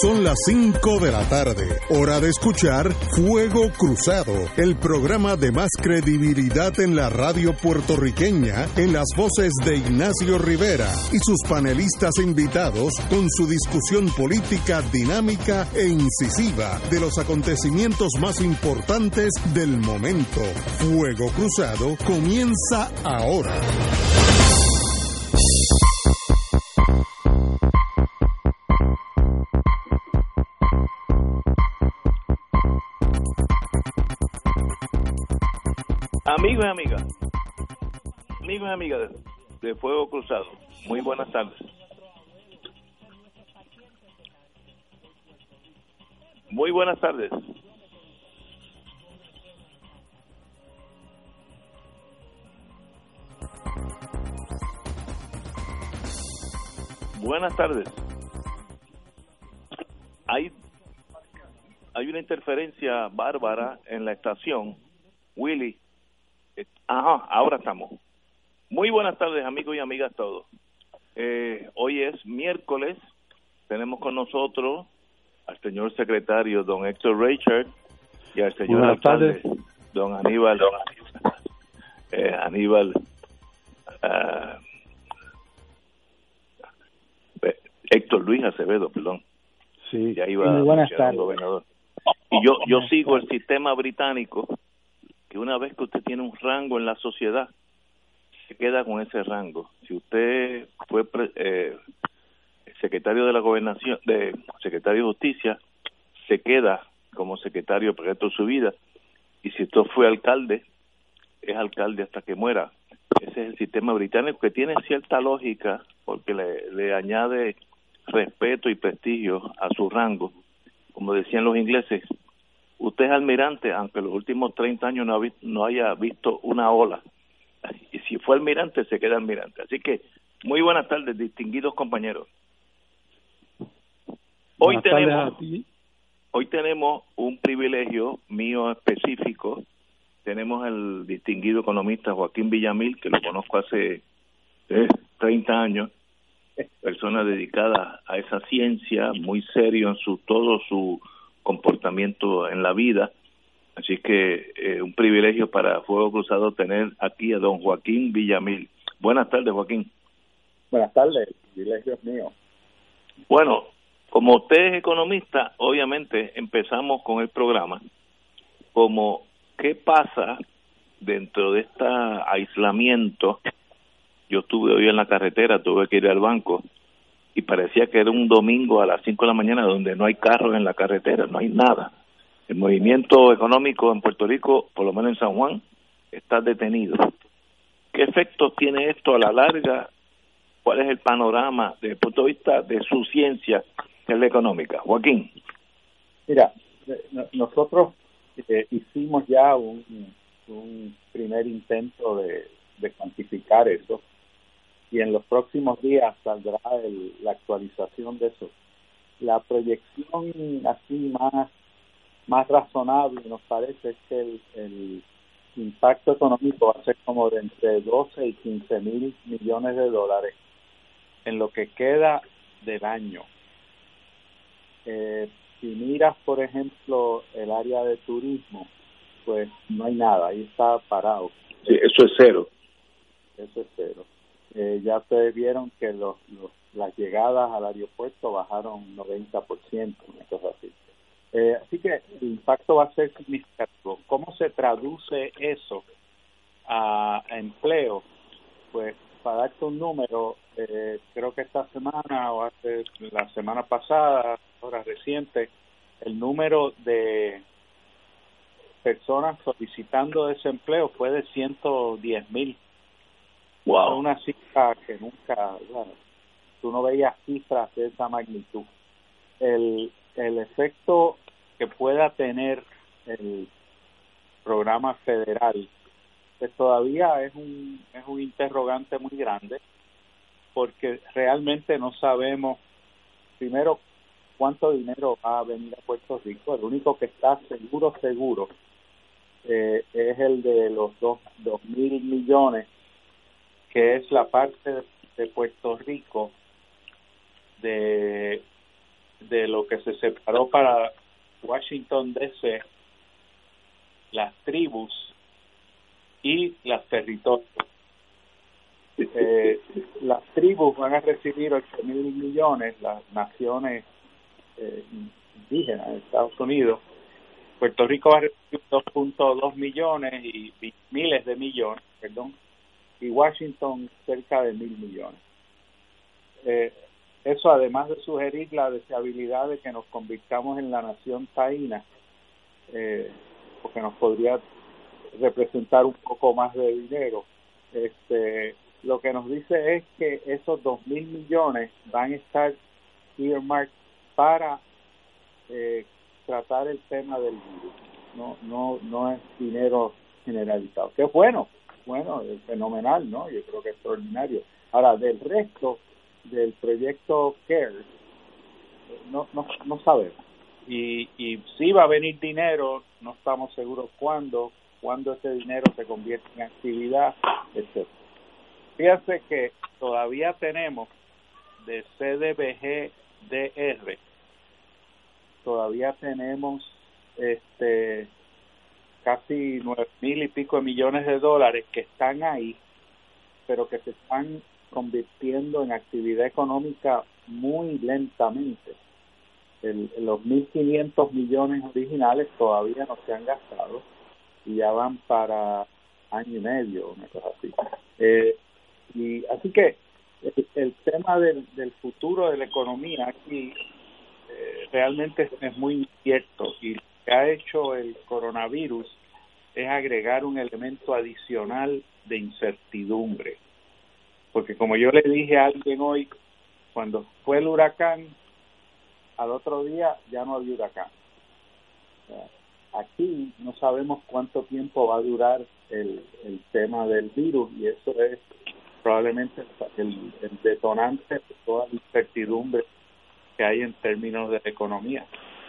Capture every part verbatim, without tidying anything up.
Son las cinco de la tarde, hora de escuchar Fuego Cruzado, el programa de más credibilidad en la radio puertorriqueña, en las voces de Ignacio Rivera y sus panelistas invitados con su discusión política dinámica e incisiva de los acontecimientos más importantes del momento. Fuego Cruzado comienza ahora. Amigos y amigas, amigos y amigas de, de Fuego Cruzado, muy buenas tardes. Muy buenas tardes. Buenas tardes. Hay, hay una interferencia bárbara en la estación. Willy. Ajá, ahora estamos. Muy buenas tardes, amigos y amigas todos. Eh, hoy es miércoles. Tenemos con nosotros al señor secretario, don Héctor Richard, y al señor buenas alcalde, tardes. don Aníbal, don eh, Aníbal, uh, Héctor Luis Acevedo, perdón. Sí, ya iba muy buenas tardes. Gobernador. Y yo, yo sigo el sistema británico, que una vez que usted tiene un rango en la sociedad, se queda con ese rango. Si usted fue eh, secretario de la gobernación, de secretario de justicia, se queda como secretario para el resto de su vida. Y si usted fue alcalde, es alcalde hasta que muera. Ese es el sistema británico, que tiene cierta lógica, porque le, le añade respeto y prestigio a su rango. Como decían los ingleses, usted es almirante, aunque los últimos treinta años no, ha visto, no haya visto una ola. Y si fue almirante, se queda almirante. Así que, muy buenas tardes, distinguidos compañeros. Hoy buenas tenemos, tardes a ti. Hoy tenemos un privilegio mío específico. Tenemos al distinguido economista Joaquín Villamil, que lo conozco hace eh, treinta años, persona dedicada a esa ciencia, muy serio en su todo su comportamiento en la vida. Así que eh, un privilegio para Fuego Cruzado tener aquí a don Joaquín Villamil. Buenas tardes, Joaquín. Buenas tardes, el privilegio es mío. Bueno, como usted es economista, obviamente empezamos con el programa como qué pasa dentro de este aislamiento. Yo estuve hoy en la carretera, tuve que ir al banco y parecía que era un domingo a las cinco de la mañana donde no hay carros en la carretera, no hay nada. El movimiento económico en Puerto Rico, por lo menos en San Juan, está detenido. ¿Qué efectos tiene esto a la larga? ¿Cuál es el panorama desde el punto de vista de su ciencia, que es la económica? Joaquín. Mira, nosotros eh, hicimos ya un, un primer intento de, de cuantificar eso, y en los próximos días saldrá el, la actualización de eso. La proyección así más más razonable nos parece es que el, el impacto económico va a ser como de entre doce y quince mil millones de dólares en lo que queda del año. Eh, si miras, por ejemplo, el área de turismo, pues no hay nada, ahí está parado. Sí, eso es cero. Eso es cero. Eh, ya ustedes vieron que los, los las llegadas al aeropuerto bajaron noventa por ciento, una cosa así. Eh, así que el impacto va a ser significativo. ¿Cómo se traduce eso a, a empleo? Pues para darte un número, eh, creo que esta semana o hace la semana pasada, ahora reciente, el número de personas solicitando desempleo fue de ciento diez mil. Wow. Es una cifra que nunca, bueno, tú no veías cifras de esa magnitud. El el efecto que pueda tener el programa federal pues todavía es un es un interrogante muy grande, porque realmente no sabemos primero cuánto dinero va a venir a Puerto Rico. El único que está seguro seguro eh, es el de los dos dos mil millones, que es la parte de Puerto Rico de de lo que se separó para Washington D C, las tribus y las territorios. Eh, las tribus van a recibir ocho mil millones, las naciones eh, indígenas de Estados Unidos. Puerto Rico va a recibir dos punto dos millones y, y miles de millones, perdón, y Washington cerca de mil millones. Eh, eso, además de sugerir la deseabilidad de que nos convirtamos en la nación taína, eh, porque nos podría representar un poco más de dinero, este lo que nos dice es que esos dos mil millones van a estar earmarked para eh, tratar el tema del virus. No, no, no es dinero generalizado. Que es bueno, bueno, es fenomenal, ¿no? Yo creo que es extraordinario. Ahora, del resto del proyecto CARES, no, no, no sabemos. Y, y si va a venir dinero, no estamos seguros cuándo, cuándo ese dinero se convierte en actividad, etcétera. Fíjense que todavía tenemos de C D B G D R, todavía tenemos este casi nueve mil y pico de millones de dólares que están ahí, pero que se están convirtiendo en actividad económica muy lentamente. El, los mil quinientos millones originales todavía no se han gastado y ya van para año y medio, una cosa así. Eh, y así que el, el tema del, del futuro de la economía aquí eh, realmente es, es muy incierto, y lo que ha hecho el coronavirus es agregar un elemento adicional de incertidumbre, porque como yo le dije a alguien hoy, cuando fue el huracán, al otro día ya no había huracán. O sea, aquí no sabemos cuánto tiempo va a durar el, el tema del virus, y eso es probablemente el, el detonante de toda la incertidumbre que hay en términos de economía.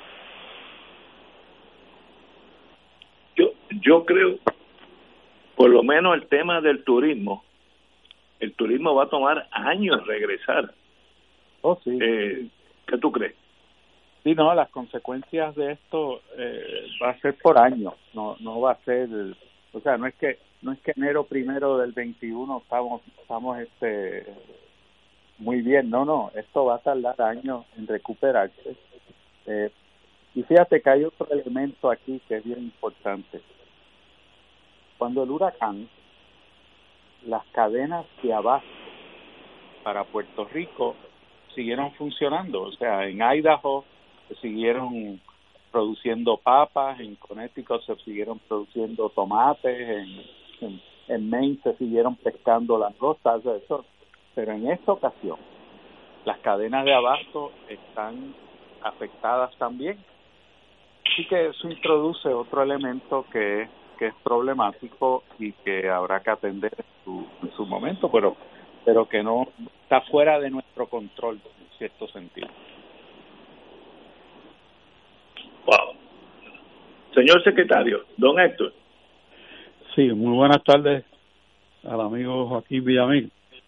Yo, yo creo, por lo menos el tema del turismo, el turismo va a tomar años regresar. Oh, sí. Eh, ¿Qué tú crees? Sí, no, las consecuencias de esto eh, va a ser por años, no no va a ser, o sea, no es que no es que enero primero del veintiuno estamos estamos este muy bien, no, no, esto va a tardar años en recuperarse. Eh, y fíjate que hay otro elemento aquí que es bien importante. Cuando el huracán, las cadenas de abasto para Puerto Rico siguieron funcionando, o sea, en Idaho se siguieron produciendo papas, en Connecticut se siguieron produciendo tomates, en, en, en Maine se siguieron pescando langostas, eso. Pero en esta ocasión las cadenas de abasto están afectadas también, así que eso introduce otro elemento que, que es problemático y que habrá que atender en su, en su momento, pero pero que no está fuera de nuestro control en cierto sentido. Wow. Señor secretario, don Héctor. Sí, muy buenas tardes al amigo Joaquín Villamil.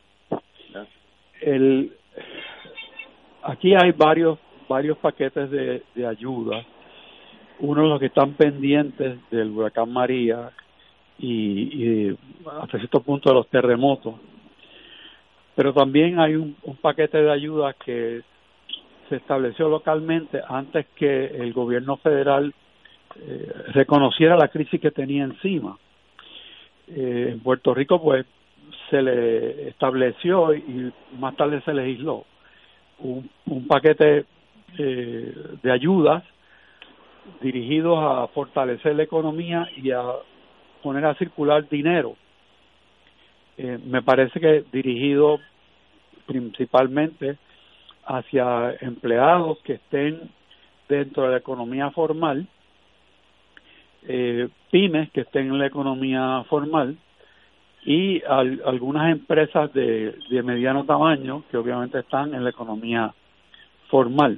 El, aquí hay varios varios paquetes de, de ayuda. Uno de los que están pendientes del huracán María y, y hasta cierto punto de los terremotos. Pero también hay un, un paquete de ayuda que se estableció localmente antes que el gobierno federal eh, reconociera la crisis que tenía encima. Eh, en Puerto Rico, pues, se le estableció y más tarde se legisló un, un paquete eh, de ayudas dirigidos a fortalecer la economía y a poner a circular dinero. Eh, me parece que dirigido principalmente hacia empleados que estén dentro de la economía formal, eh, pymes que estén en la economía formal y al, algunas empresas de, de mediano tamaño que obviamente están en la economía formal.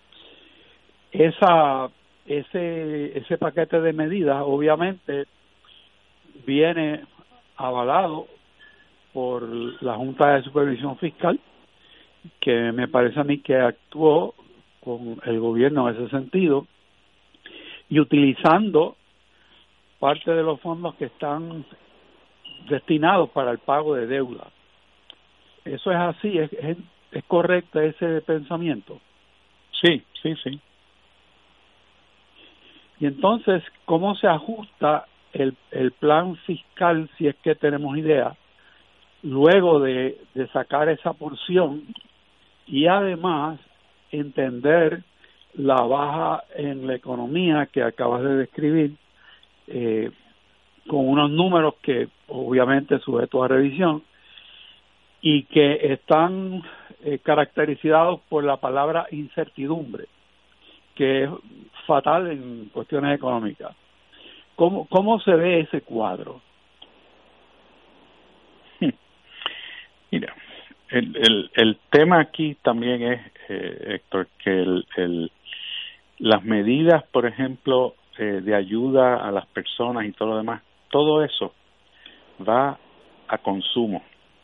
Esa ese ese paquete de medidas obviamente viene avalado por la Junta de Supervisión Fiscal, que me parece a mí que actuó con el gobierno en ese sentido y utilizando parte de los fondos que están destinados para el pago de deuda. Eso es así, es, es, es correcto ese pensamiento. Sí, sí, sí. Y entonces, ¿cómo se ajusta el, el plan fiscal, si es que tenemos idea, luego de, de sacar esa porción y además entender la baja en la economía que acabas de describir, eh, con unos números que obviamente sujetos a revisión y que están eh, caracterizados por la palabra incertidumbre, que es fatal en cuestiones económicas? ¿Cómo, cómo se ve ese cuadro? Mira, el, el, el tema aquí también es, eh, Héctor, que el, el, las medidas, por ejemplo, eh, de ayuda a las personas y todo lo demás, todo eso va a consumo.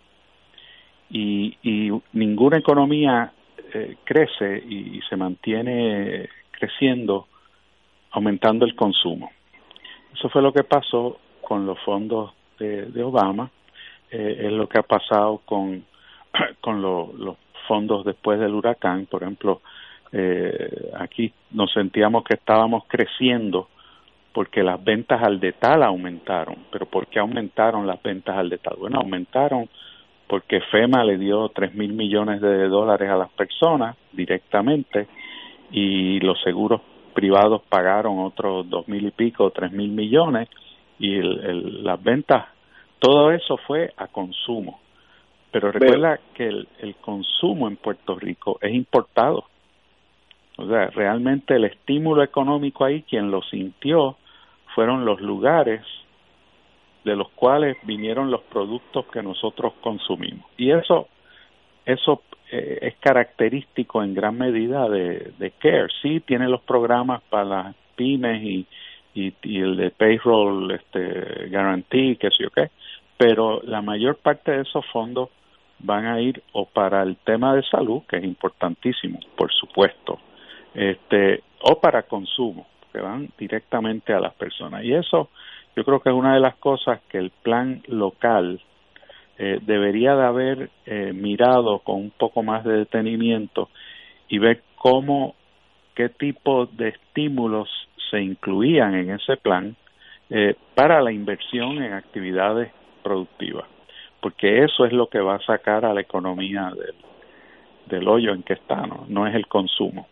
Y, y ninguna economía eh, crece y, y se mantiene creciendo aumentando el consumo. Eso fue lo que pasó con los fondos de, de Obama, eh, es lo que ha pasado con, con lo, los fondos después del huracán. Por ejemplo, eh, aquí nos sentíamos que estábamos creciendo porque las ventas al detalle aumentaron. ¿Pero por qué aumentaron las ventas al detalle? Bueno, aumentaron porque FEMA le dio tres mil millones de dólares a las personas directamente y los seguros privados pagaron otros dos mil y pico, tres mil millones, y el, el, las ventas, todo eso fue a consumo. Pero recuerda Pero, que el, el consumo en Puerto Rico es importado. O sea, realmente el estímulo económico ahí, quien lo sintió, fueron los lugares de los cuales vinieron los productos que nosotros consumimos. Y eso eso eh, es característico en gran medida de, de CARE. Sí, tiene los programas para las pymes y, y, y el de payroll este, guarantee, que sé yo qué, pero la mayor parte de esos fondos van a ir o para el tema de salud, que es importantísimo, por supuesto, este, o para consumo, que van directamente a las personas. Y eso yo creo que es una de las cosas que el plan local eh, debería de haber eh, mirado con un poco más de detenimiento y ver cómo, qué tipo de estímulos se incluían en ese plan eh, para la inversión en actividades productivas, porque eso es lo que va a sacar a la economía del, del hoyo en que está, ¿no? No es el consumo.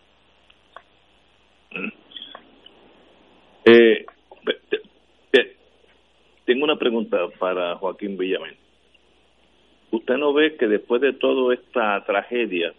Eh, tengo una pregunta para Joaquín Villamil. ¿Usted no ve que después de toda esta tragedia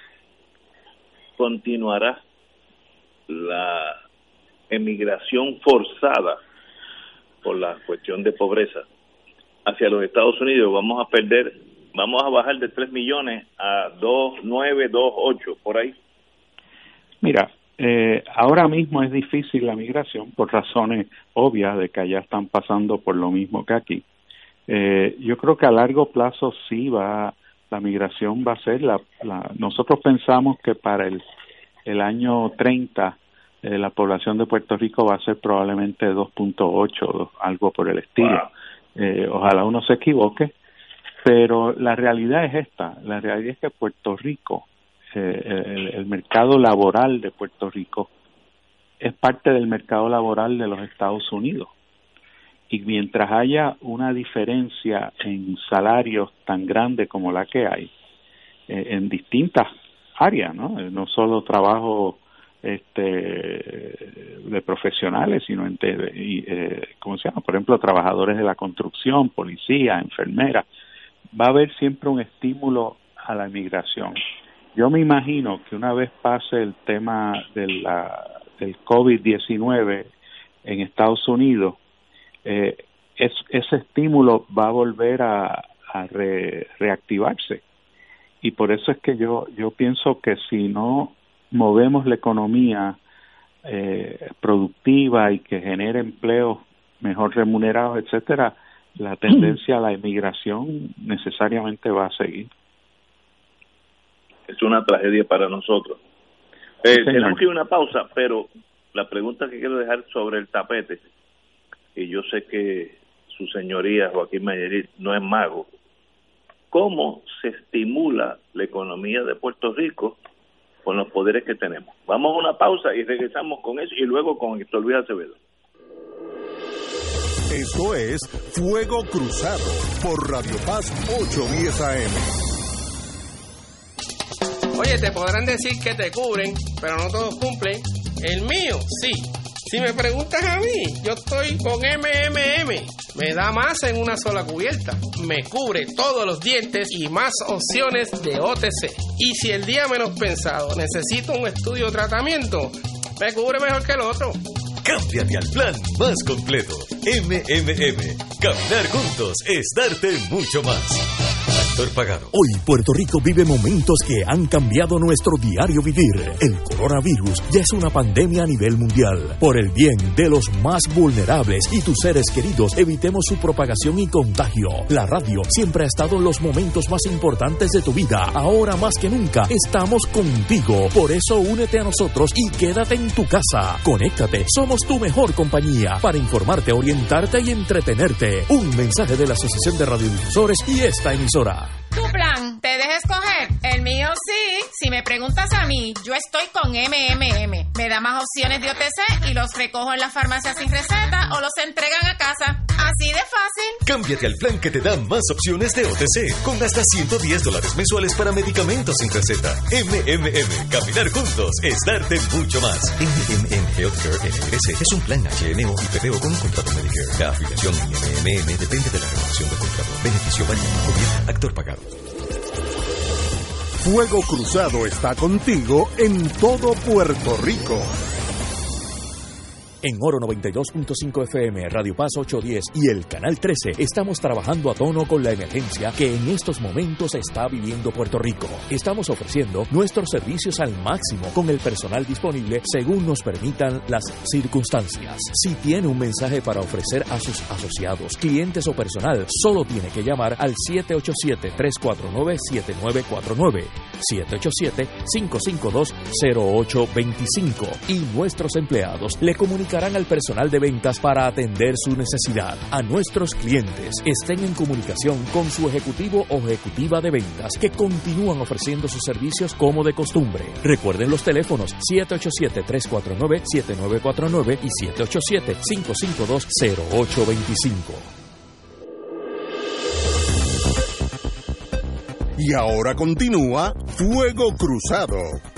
continuará la emigración forzada por la cuestión de pobreza hacia los Estados Unidos? Vamos a perder, vamos a bajar de tres millones a dos nueve, dos ocho, por ahí. Mira, Eh, ahora mismo es difícil la migración por razones obvias de que allá están pasando por lo mismo que aquí. Eh, yo creo que a largo plazo sí va, la migración va a ser la, la nosotros pensamos que para el, el año treinta eh, la población de Puerto Rico va a ser probablemente dos punto ocho, algo por el estilo. Wow. Eh, ojalá uno se equivoque, pero la realidad es esta, la realidad es que Puerto Rico, El, el mercado laboral de Puerto Rico es parte del mercado laboral de los Estados Unidos, y mientras haya una diferencia en salarios tan grande como la que hay eh, en distintas áreas, no no solo trabajo este de profesionales, sino en de, eh, ¿cómo se llama? Por ejemplo, trabajadores de la construcción, policías, enfermeras, va a haber siempre un estímulo a la inmigración. Yo me imagino que una vez pase el tema de la, del COVID diecinueve en Estados Unidos, eh, es, ese estímulo va a volver a, a re, reactivarse. Y por eso es que yo, yo pienso que si no movemos la economía eh, productiva y que genere empleos mejor remunerados, etcétera, la tendencia a la inmigración necesariamente va a seguir. Es una tragedia para nosotros. Eh, tenemos que ir a una pausa, pero la pregunta que quiero dejar sobre el tapete, y yo sé que su señoría Joaquín Mayerit no es mago, ¿cómo se estimula la economía de Puerto Rico con los poderes que tenemos? Vamos a una pausa y regresamos con eso y luego con Héctor Luis Acevedo. Esto es Fuego Cruzado por Radio Paz ochocientos diez A M. Oye, te podrán decir que te cubren, pero no todos cumplen. El mío, sí. Si me preguntas a mí, yo estoy con M M M. Me da más en una sola cubierta. Me cubre todos los dientes y más opciones de O T C. Y si el día menos pensado necesito un estudio o tratamiento, me cubre mejor que el otro. Cámbiate al plan más completo. M M M. Caminar juntos es darte mucho más. Actor pagado. Hoy Puerto Rico vive momentos que han cambiado nuestro diario vivir. El coronavirus ya es una pandemia a nivel mundial. Por el bien de los más vulnerables y tus seres queridos, evitemos su propagación y contagio. La radio siempre ha estado en los momentos más importantes de tu vida. Ahora más que nunca estamos contigo. Por eso únete a nosotros y quédate en tu casa. Conéctate. Somos tu mejor compañía para informarte, orientarte y entretenerte. Un mensaje de la Asociación de Radiodifusores y esta emisora. Tu plan, ¿te deja escoger? El mío sí. Si me preguntas a mí, yo estoy con M M M. Me da más opciones de O T C y los recojo en la farmacia sin receta o los entregan a casa. Así de fácil. Cámbiate al plan que te da más opciones de O T C, con hasta ciento diez dólares mensuales para medicamentos sin receta. M M M. Caminar juntos es darte mucho más. M M M Healthcare N R S es un plan H M O y P P O con un contrato Medicare. La afiliación en M M M depende de la renovación del contrato. Beneficio válido. Gobierno. Actor pagado. Fuego Cruzado está contigo en todo Puerto Rico. En Oro noventa y dos punto cinco F M, Radio Paz ochocientos diez y el Canal trece estamos trabajando a tono con la emergencia que en estos momentos está viviendo Puerto Rico. Estamos ofreciendo nuestros servicios al máximo con el personal disponible según nos permitan las circunstancias. Si tiene un mensaje para ofrecer a sus asociados, clientes o personal, solo tiene que llamar al siete ocho siete, tres cuatro nueve, siete nueve cuatro nueve, siete ocho siete, cinco cinco dos, cero ocho dos cinco y nuestros empleados le comunican al personal de ventas para atender su necesidad. A nuestros clientes estén en comunicación con su ejecutivo o ejecutiva de ventas que continúan ofreciendo sus servicios como de costumbre. Recuerden los teléfonos siete ocho siete, tres cuatro nueve, siete nueve cuatro nueve y siete ocho siete, cinco cinco dos, cero ocho dos cinco. Y ahora continúa Fuego Cruzado.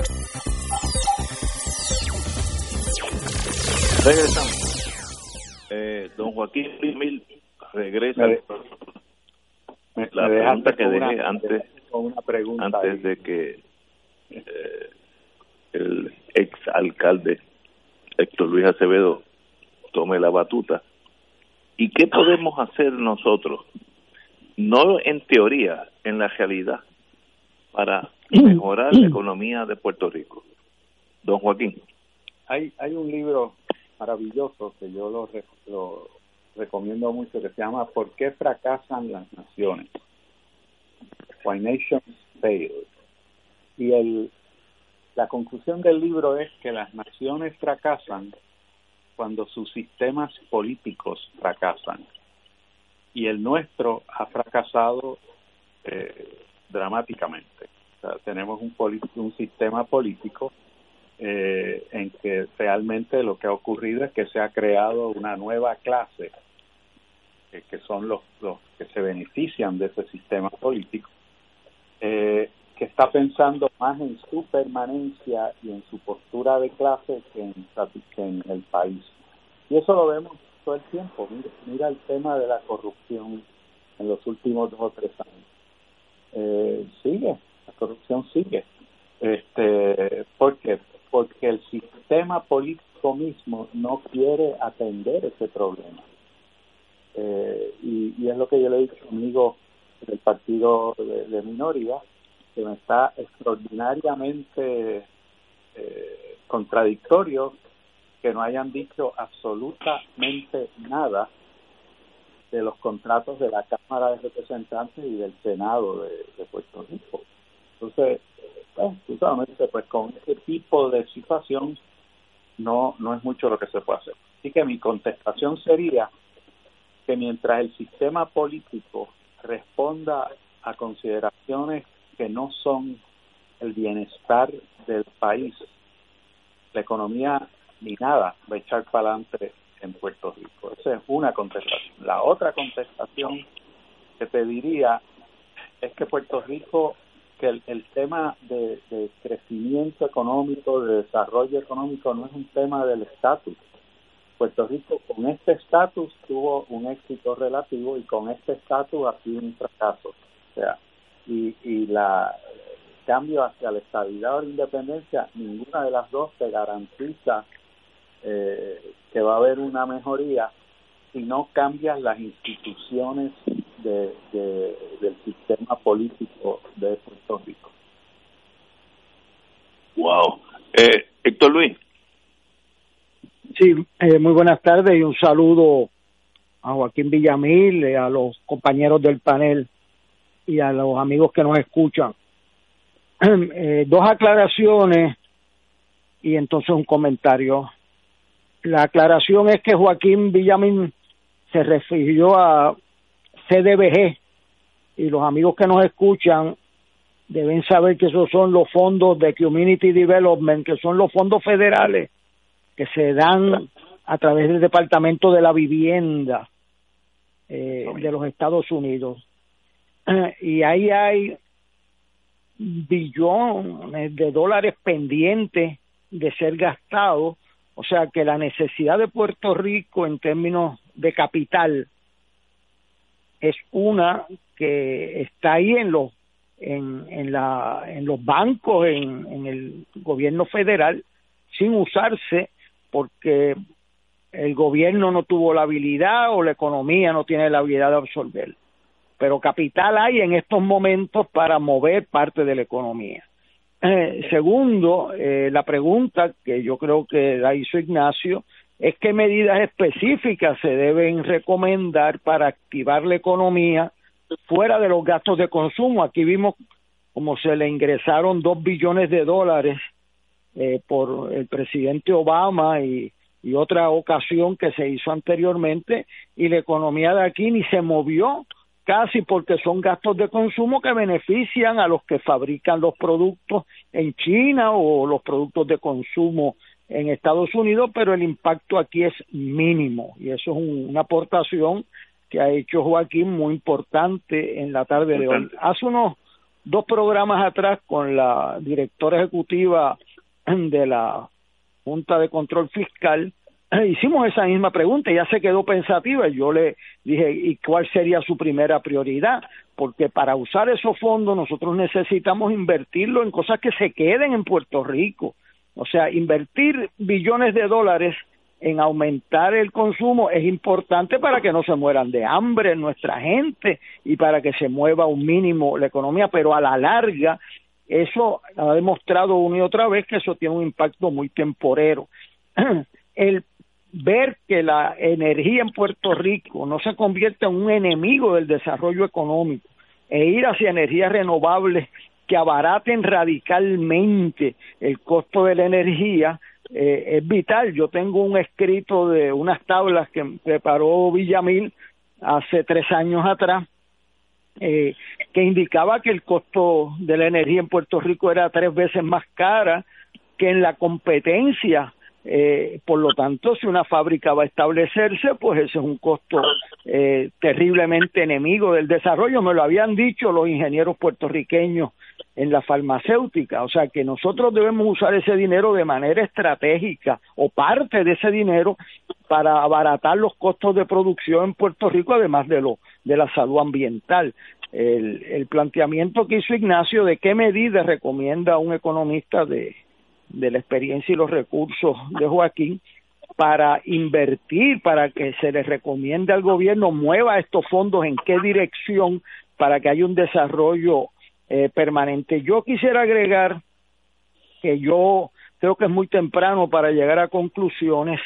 Regresamos. Eh, don Joaquín Mil regresa. Me, me, la me pregunta que una, dejé antes, una pregunta antes ahí. de que eh, el ex alcalde Héctor Luis Acevedo tome la batuta. ¿Y qué podemos hacer nosotros? No en teoría, en la realidad, para mejorar la economía de Puerto Rico. Don Joaquín. Hay, hay un libro maravilloso que yo lo, lo recomiendo mucho que se llama ¿Por qué fracasan las naciones? Why Nations Fail. Y el, la conclusión del libro es que las naciones fracasan cuando sus sistemas políticos fracasan. Y el nuestro ha fracasado eh, dramáticamente. O sea, tenemos un, un sistema político Eh, en que realmente lo que ha ocurrido es que se ha creado una nueva clase eh, que son los, los que se benefician de ese sistema político eh, que está pensando más en su permanencia y en su postura de clase que en, que en el país, y eso lo vemos todo el tiempo. Mira, mira el tema de la corrupción en los últimos dos o tres años. Eh, sigue, la corrupción sigue. Este, ¿por qué? Porque el sistema político mismo no quiere atender ese problema. Eh, y, y es lo que yo le he dicho a un amigo del partido de, de minoría, que me está extraordinariamente eh, contradictorio que no hayan dicho absolutamente nada de los contratos de la Cámara de Representantes y del Senado de, de Puerto Rico. Entonces, pues, justamente, pues con este tipo de situación no, no es mucho lo que se puede hacer. Así que mi contestación sería que mientras el sistema político responda a consideraciones que no son el bienestar del país, la economía ni nada va a echar para adelante en Puerto Rico. Esa es una contestación. La otra contestación que te diría es que Puerto Rico, que el, el tema de, de crecimiento económico, de desarrollo económico, no es un tema del estatus. Puerto Rico con este estatus tuvo un éxito relativo y con este estatus ha sido un fracaso. O sea, y, y la el cambio hacia la estabilidad o la independencia, ninguna de las dos te garantiza eh, que va a haber una mejoría si no cambias las instituciones de, de, del sistema político de Puerto Rico. Wow. Eh, Héctor Luis. Sí, eh, muy buenas tardes y un saludo a Joaquín Villamil, eh, a los compañeros del panel y a los amigos que nos escuchan. Eh, dos aclaraciones y entonces un comentario. La aclaración es que Joaquín Villamil se refirió a C D B G y los amigos que nos escuchan deben saber que esos son los fondos de Community Development, que son los fondos federales que se dan a través del Departamento de la Vivienda eh, de los Estados Unidos. Y ahí hay billones de dólares pendientes de ser gastados, o sea que la necesidad de Puerto Rico en términos de capital es una que está ahí en los en, en la en los bancos, en, en el gobierno federal, sin usarse porque el gobierno no tuvo la habilidad o la economía no tiene la habilidad de absorber. Pero capital hay en estos momentos para mover parte de la economía. Eh, segundo, eh, la pregunta que yo creo que la hizo Ignacio es qué medidas específicas se deben recomendar para activar la economía fuera de los gastos de consumo. Aquí vimos como se le ingresaron dos billones de dólares eh, por el presidente Obama y, y otra ocasión que se hizo anteriormente, y la economía de aquí ni se movió casi porque son gastos de consumo que benefician a los que fabrican los productos en China o los productos de consumo en Estados Unidos, pero el impacto aquí es mínimo y eso es un, una aportación que ha hecho Joaquín muy importante en la tarde de hoy. Hace unos dos programas atrás con la directora ejecutiva de la Junta de Control Fiscal hicimos esa misma pregunta, ella se quedó pensativa y yo le dije, ¿y cuál sería su primera prioridad? Porque para usar esos fondos nosotros necesitamos invertirlo en cosas que se queden en Puerto Rico. O sea, invertir billones de dólares en aumentar el consumo es importante para que no se mueran de hambre nuestra gente y para que se mueva un mínimo la economía, pero a la larga eso ha demostrado una y otra vez que eso tiene un impacto muy temporero. El ver que la energía en Puerto Rico no se convierta en un enemigo del desarrollo económico e ir hacia energías renovables que abaraten radicalmente el costo de la energía eh, es vital. Yo tengo un escrito de unas tablas que preparó Villamil hace tres años atrás eh, que indicaba que el costo de la energía en Puerto Rico era tres veces más cara que en la competencia. Eh, por lo tanto, si una fábrica va a establecerse, pues ese es un costo eh, terriblemente enemigo del desarrollo. Me lo habían dicho los ingenieros puertorriqueños en la farmacéutica. O sea que nosotros debemos usar ese dinero de manera estratégica o parte de ese dinero para abaratar los costos de producción en Puerto Rico, además de lo de la salud ambiental. El, el planteamiento que hizo Ignacio de qué medidas recomienda un economista de de la experiencia y los recursos de Joaquín para invertir, para que se les recomiende al gobierno mueva estos fondos en qué dirección para que haya un desarrollo eh, permanente. Yo quisiera agregar que yo creo que es muy temprano para llegar a conclusiones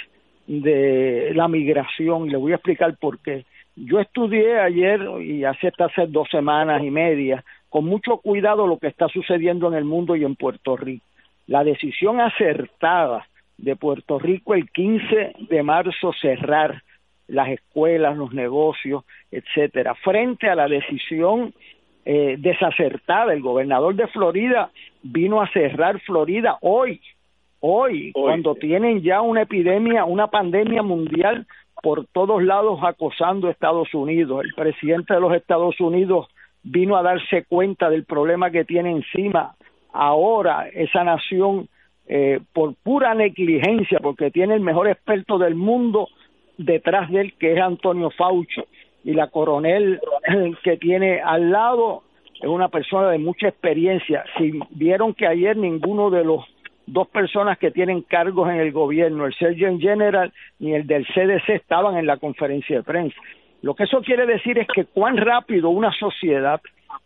de la migración y le voy a explicar por qué. Yo estudié ayer y hace hasta hace dos semanas y media con mucho cuidado lo que está sucediendo en el mundo y en Puerto Rico. La decisión acertada de Puerto Rico el quince de marzo cerrar las escuelas, los negocios, etcétera, frente a la decisión eh, desacertada. El gobernador de Florida vino a cerrar Florida hoy, hoy, hoy, cuando tienen ya una epidemia, una pandemia mundial por todos lados acosando a Estados Unidos. El presidente de los Estados Unidos vino a darse cuenta del problema que tiene encima ahora esa nación eh, por pura negligencia, porque tiene el mejor experto del mundo detrás de él, que es Antonio Fauci, y la coronel que tiene al lado es una persona de mucha experiencia. Si vieron que ayer ninguno de los dos personas que tienen cargos en el gobierno, el Surgeon General ni el del C D C, estaban en la conferencia de prensa. Lo que eso quiere decir es que cuán rápido una sociedad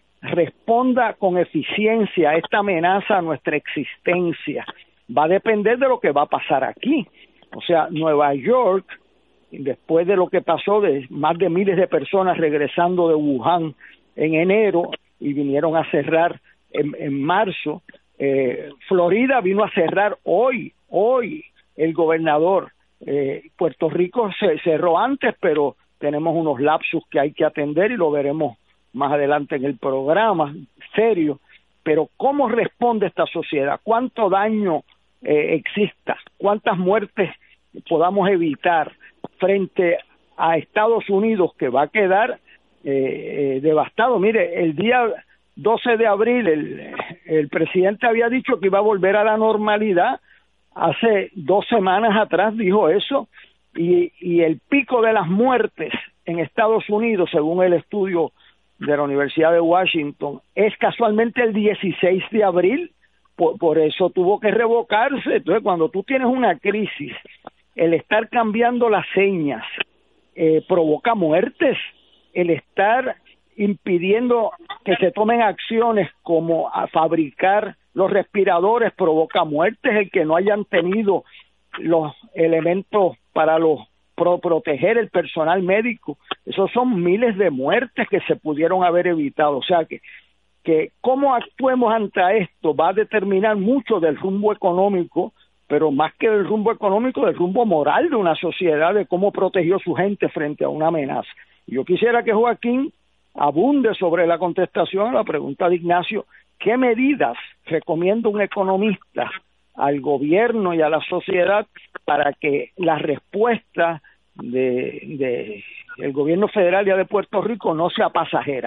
responda con eficiencia a esta amenaza a nuestra existencia va a depender de lo que va a pasar aquí. O sea, Nueva York, después de lo que pasó, de más de miles de personas regresando de Wuhan en enero y vinieron a cerrar en, en marzo, eh, Florida vino a cerrar hoy, hoy el gobernador. Eh, Puerto Rico se cerró antes, pero tenemos unos lapsus que hay que atender y lo veremos más adelante en el programa, serio. Pero ¿cómo responde esta sociedad? ¿Cuánto daño eh, exista? ¿Cuántas muertes podamos evitar frente a Estados Unidos, que va a quedar eh, eh, devastado? Mire, el día doce de abril el, el presidente había dicho que iba a volver a la normalidad. Hace dos semanas atrás dijo eso, y, y el pico de las muertes en Estados Unidos, según el estudio de la Universidad de Washington, es casualmente el dieciséis de abril, por, por eso tuvo que revocarse. Entonces, cuando tú tienes una crisis, el estar cambiando las señas eh, provoca muertes, el estar impidiendo que se tomen acciones como a fabricar los respiradores provoca muertes, el que no hayan tenido los elementos para los pro proteger el personal médico, esos son miles de muertes que se pudieron haber evitado. O sea que, que cómo actuemos ante esto va a determinar mucho del rumbo económico, pero más que del rumbo económico, del rumbo moral de una sociedad, de cómo protegió su gente frente a una amenaza. Y yo quisiera que Joaquín abunde sobre la contestación a la pregunta de Ignacio: ¿qué medidas recomienda un economista al gobierno y a la sociedad para que la respuesta de, de el gobierno federal y de Puerto Rico no sea pasajera?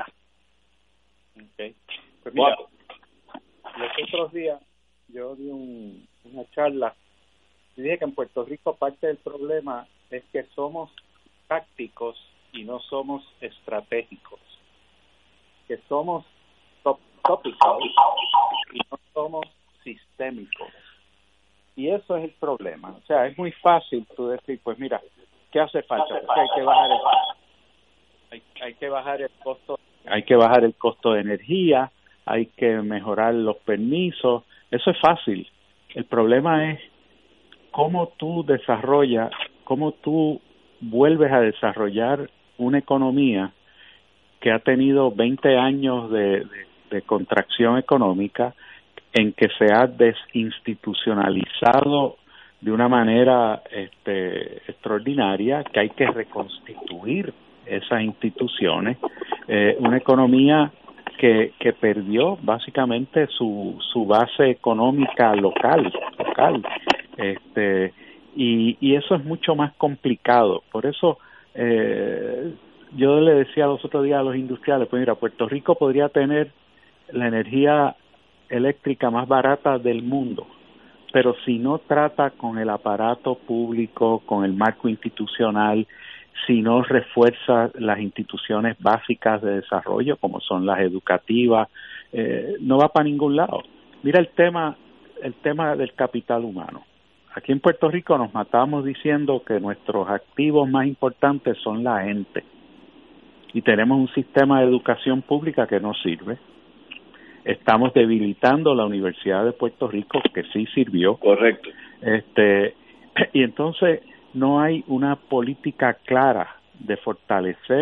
Okay. Pues mira, los otros días yo di un, una charla y dije que en Puerto Rico parte del problema es que somos tácticos y no somos estratégicos, que somos top, tópicos y no somos sistémicos. Y eso es el problema. O sea, es muy fácil tú decir, pues mira, ¿qué hace falta? Pues hay que bajar el, hay, hay que bajar el costo, hay que bajar el costo de energía, hay que mejorar los permisos. Eso es fácil. El problema es cómo tú desarrollas, cómo tú vuelves a desarrollar una economía que ha tenido veinte años de, de, de contracción económica, en que se ha desinstitucionalizado de una manera este, extraordinaria, que hay que reconstituir esas instituciones, eh, una economía que, que perdió básicamente su, su base económica local, local, este, y, y eso es mucho más complicado. Por eso eh, yo le decía los otros días a los industriales, pues mira, Puerto Rico podría tener la energía eléctrica más barata del mundo, pero si no trata con el aparato público, con el marco institucional, si no refuerza las instituciones básicas de desarrollo, como son las educativas, eh, no va para ningún lado. Mira el tema, el tema del capital humano. Aquí en Puerto Rico nos matamos diciendo que nuestros activos más importantes son la gente, y tenemos un sistema de educación pública que no sirve. Estamos debilitando la Universidad de Puerto Rico, que sí sirvió. Correcto. Este, y entonces no hay una política clara de fortalecer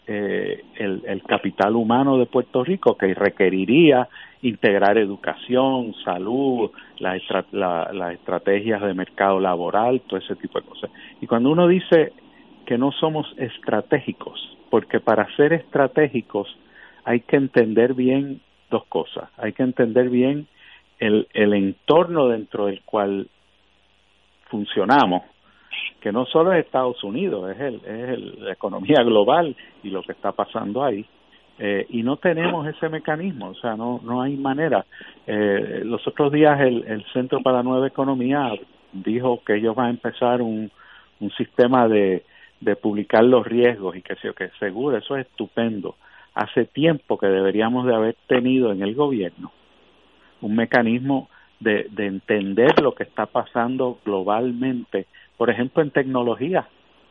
eh, el, el capital humano de Puerto Rico, que requeriría integrar educación, salud, las estra- la, las estrategias de mercado laboral, todo ese tipo de cosas. Y cuando uno dice que no somos estratégicos, porque para ser estratégicos hay que entender bien dos cosas. Hay que entender bien el, el entorno dentro del cual funcionamos, que no solo es Estados Unidos, es, el, es el, la economía global y lo que está pasando ahí. Eh, y no tenemos ese mecanismo, o sea, no no hay manera. Eh, los otros días el, el Centro para la Nueva Economía dijo que ellos van a empezar un, un sistema de, de publicar los riesgos y que sé yo, que seguro, eso es estupendo. Hace tiempo que deberíamos de haber tenido en el gobierno un mecanismo de, de entender lo que está pasando globalmente, por ejemplo en tecnología,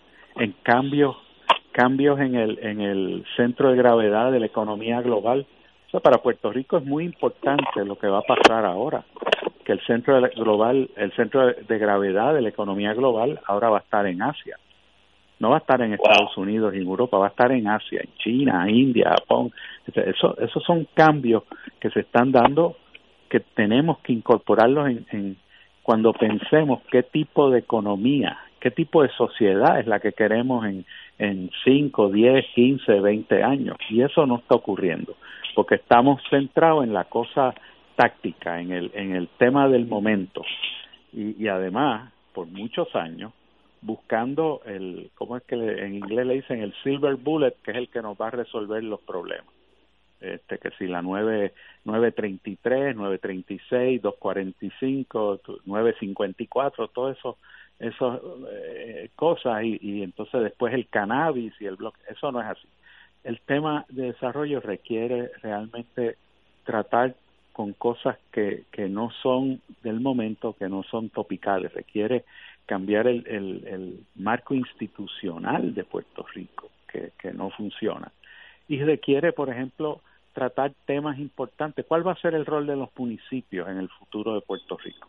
en cambios cambios en el en el centro de gravedad de la economía global. O sea, para Puerto Rico es muy importante lo que va a pasar ahora, que el centro de global, el centro de gravedad de la economía global ahora va a estar en Asia. No va a estar en Estados Unidos y en Europa, va a estar en Asia, en China, India, Japón. Eso, esos son cambios que se están dando, que tenemos que incorporarlos en, en cuando pensemos qué tipo de economía, qué tipo de sociedad es la que queremos en en cinco, diez, quince, veinte años. Y eso no está ocurriendo, porque estamos centrados en la cosa táctica, en el en el tema del momento. Y, y además, por muchos años, buscando el, ¿cómo es que le, en inglés le dicen? El silver bullet, que es el que nos va a resolver los problemas. Este, que si la nueve treinta y tres, nueve treinta y seis, dos cuarenta y cinco, nueve cincuenta y cuatro, todo eso esas eh, cosas y, y entonces después el cannabis y el bloque, eso no es así. El tema de desarrollo requiere realmente tratar con cosas que, que no son del momento, que no son topicales, requiere cambiar el, el, el marco institucional de Puerto Rico, que, que no funciona, y requiere, por ejemplo, tratar temas importantes. ¿Cuál va a ser el rol de los municipios en el futuro de Puerto Rico?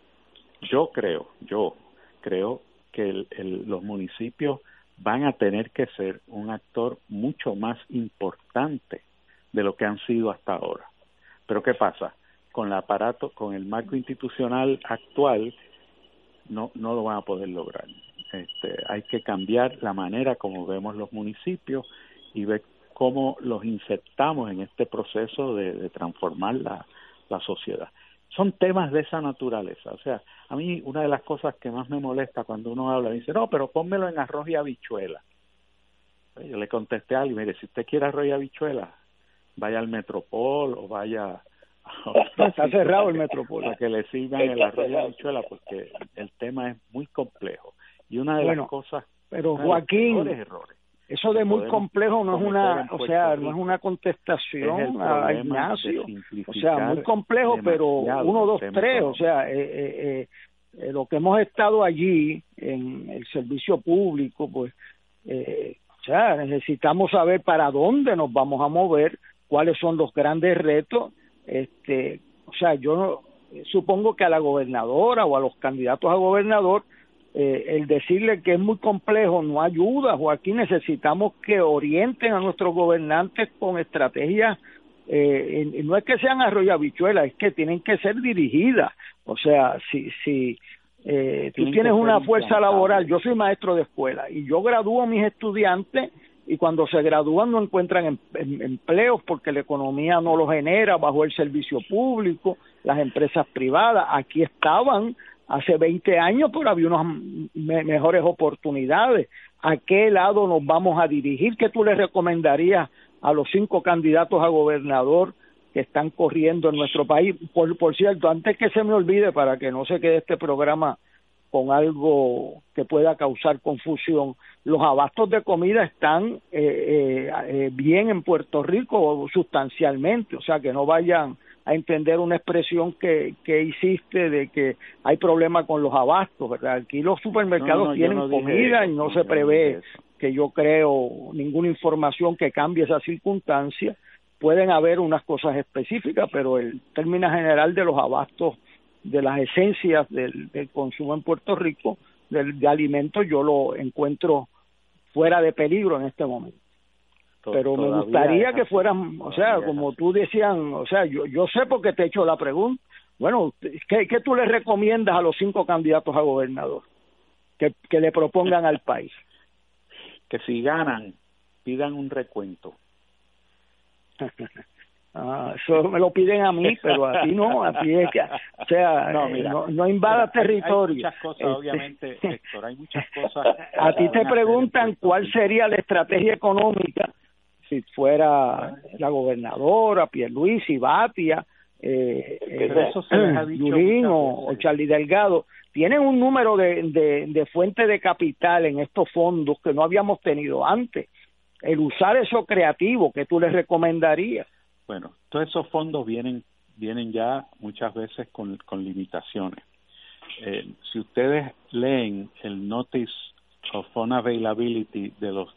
Yo creo, yo creo que el, el, los municipios van a tener que ser un actor mucho más importante de lo que han sido hasta ahora. Pero ¿qué pasa? Con el aparato, con el marco institucional actual, no no lo van a poder lograr. Este, hay que cambiar la manera como vemos los municipios y ver cómo los insertamos en este proceso de, de transformar la, la sociedad. Son temas de esa naturaleza. O sea, a mí una de las cosas que más me molesta cuando uno habla, dice, no, pero pónmelo en arroz y habichuela. Yo le contesté a alguien, mire, si usted quiere arroz y habichuela, vaya al Metropol o vaya... No, está cerrado el Metropol. Para que le sirvan el arroz y habichuela, porque el tema es muy complejo. Y una de bueno, las cosas... Pero Joaquín, errores, eso de muy complejo no es una, o sea, no es una contestación a Ignacio. O sea, muy complejo, pero uno, dos, tres. O sea, eh, eh, eh, lo que hemos estado allí en el servicio público, pues, eh, o sea, necesitamos saber para dónde nos vamos a mover, cuáles son los grandes retos. Este, o sea, yo supongo que a la gobernadora o a los candidatos a gobernador, Eh, el decirle que es muy complejo no ayuda, Joaquín. Necesitamos que orienten a nuestros gobernantes con estrategias, eh, y no es que sean arroz y habichuelas, es que tienen que ser dirigidas. O sea, si si eh, tú tienes una fuerza laboral, yo soy maestro de escuela y yo gradúo a mis estudiantes y cuando se gradúan no encuentran em, em, empleos porque la economía no los genera bajo el servicio público, las empresas privadas. Aquí estaban hace veinte años, pero había unas me- mejores oportunidades. ¿A qué lado nos vamos a dirigir? ¿Qué tú le recomendarías a los cinco candidatos a gobernador que están corriendo en nuestro país? Por, por cierto, antes que se me olvide, para que no se quede este programa con algo que pueda causar confusión, los abastos de comida están eh, eh, eh, bien en Puerto Rico, sustancialmente, o sea, que no vayan a entender una expresión que, que hiciste de que hay problema con los abastos, ¿verdad? Aquí los supermercados no, no, tienen no comida eso, y no, no se prevé, no que yo creo, ninguna información que cambie esa circunstancia. Pueden haber unas cosas específicas, pero el término general de los abastos, de las esencias del, del consumo en Puerto Rico, del, de alimentos, yo lo encuentro fuera de peligro en este momento. pero me gustaría que fueran, o sea, como tú decían, o sea, yo yo sé por qué te he hecho la pregunta. Bueno, ¿qué, qué tú le recomiendas a los cinco candidatos a gobernador que, que le propongan al país? Que si ganan, pidan un recuento. Ah, eso me lo piden a mí, pero a ti no, a ti es que, o sea, no, mira, no, no invada mira, territorio. Hay, hay muchas cosas, este, obviamente, Héctor, hay muchas cosas. A ti te preguntan cuál sería la estrategia económica si fuera la gobernadora, Pierluisi, Batia, eh, eh, Yurín o, o Charlie Delgado. Tienen un número de, de, de fuentes de capital en estos fondos que no habíamos tenido antes. El usar eso creativo, ¿qué tú les recomendarías? Bueno, todos esos fondos vienen vienen ya muchas veces con, con limitaciones. Eh, si ustedes leen el Notice of Unavailability de los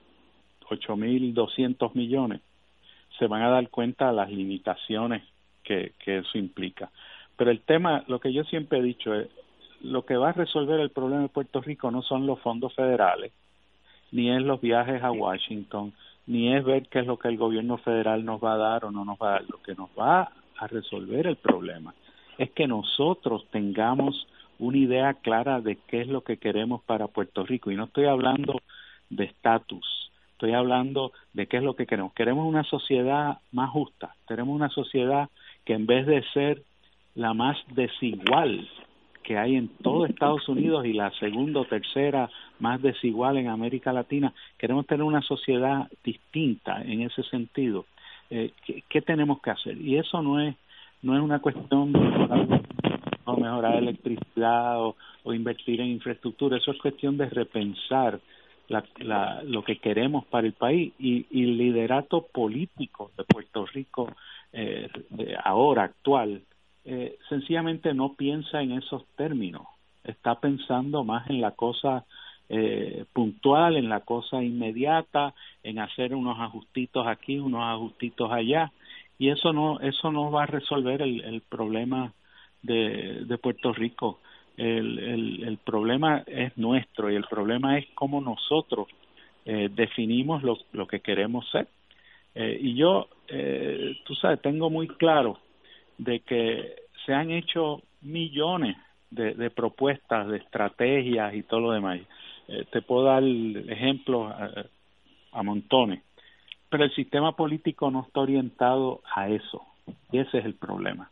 ocho mil doscientos millones, se van a dar cuenta de las limitaciones que, que eso implica. Pero el tema, lo que yo siempre he dicho es, lo que va a resolver el problema de Puerto Rico no son los fondos federales, ni es los viajes a Washington, ni es ver qué es lo que el gobierno federal nos va a dar o no nos va a dar. Lo que nos va a resolver el problema es que nosotros tengamos una idea clara de qué es lo que queremos para Puerto Rico. Y no estoy hablando de estatus, estoy hablando de qué es lo que queremos. Queremos una sociedad más justa, queremos una sociedad que en vez de ser la más desigual que hay en todo Estados Unidos y la segunda o tercera más desigual en América Latina, queremos tener una sociedad distinta en ese sentido. Eh, ¿qué, ¿Qué tenemos que hacer? Y eso no es no es una cuestión de mejorar, o mejorar electricidad o, o invertir en infraestructura, eso es cuestión de repensar la, la, lo que queremos para el país y, y el liderato político de Puerto Rico eh, de ahora, actual, Eh, sencillamente no piensa en esos términos, está pensando más en la cosa eh, puntual, en la cosa inmediata, en hacer unos ajustitos aquí, unos ajustitos allá, y eso no eso no va a resolver el, el problema de, de Puerto Rico. El, el, el problema es nuestro y el problema es cómo nosotros eh, definimos lo, lo que queremos ser. Eh, y yo, eh, tú sabes, tengo muy claro de que se han hecho millones de, de propuestas, de estrategias y todo lo demás. Eh, te puedo dar ejemplos a, a montones, pero el sistema político no está orientado a eso, y ese es el problema.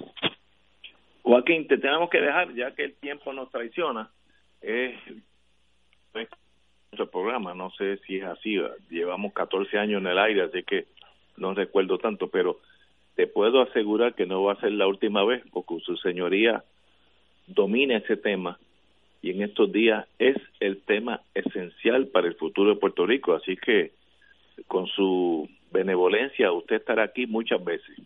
Joaquín, te tenemos que dejar, ya que el tiempo nos traiciona. Es eh, nuestro programa, no sé si es así, llevamos catorce años en el aire, así que no recuerdo tanto, pero te puedo asegurar que no va a ser la última vez, porque su señoría domina ese tema y en estos días es el tema esencial para el futuro de Puerto Rico, así que con su benevolencia usted estará aquí muchas veces.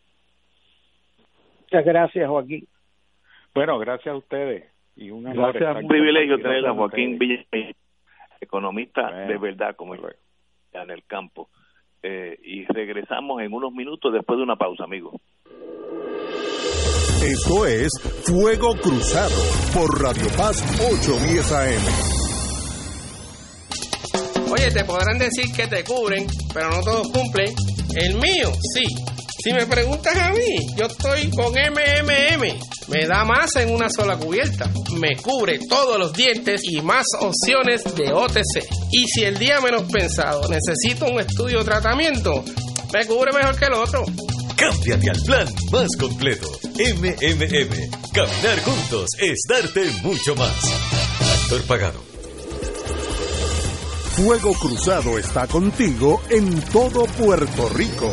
Muchas gracias, Joaquín. Bueno, gracias a ustedes y un honor. Gracias, un privilegio tener a Joaquín Villamil, economista bueno, de verdad, como yo, en el campo. Eh, y regresamos en unos minutos después de una pausa, amigos. Esto es Fuego Cruzado por Radio Paz ochocientos diez A M. Oye, te podrán decir que te cubren, pero no todos cumplen. El mío, sí. Si me preguntas a mí, yo estoy con M M M. Me da más en una sola cubierta. Me cubre todos los dientes y más opciones de O T C. Y si el día menos pensado necesito un estudio o tratamiento, me cubre mejor que el otro. Cámbiate al plan más completo. M M M. Caminar juntos es darte mucho más. Actor pagado. Fuego Cruzado está contigo en todo Puerto Rico.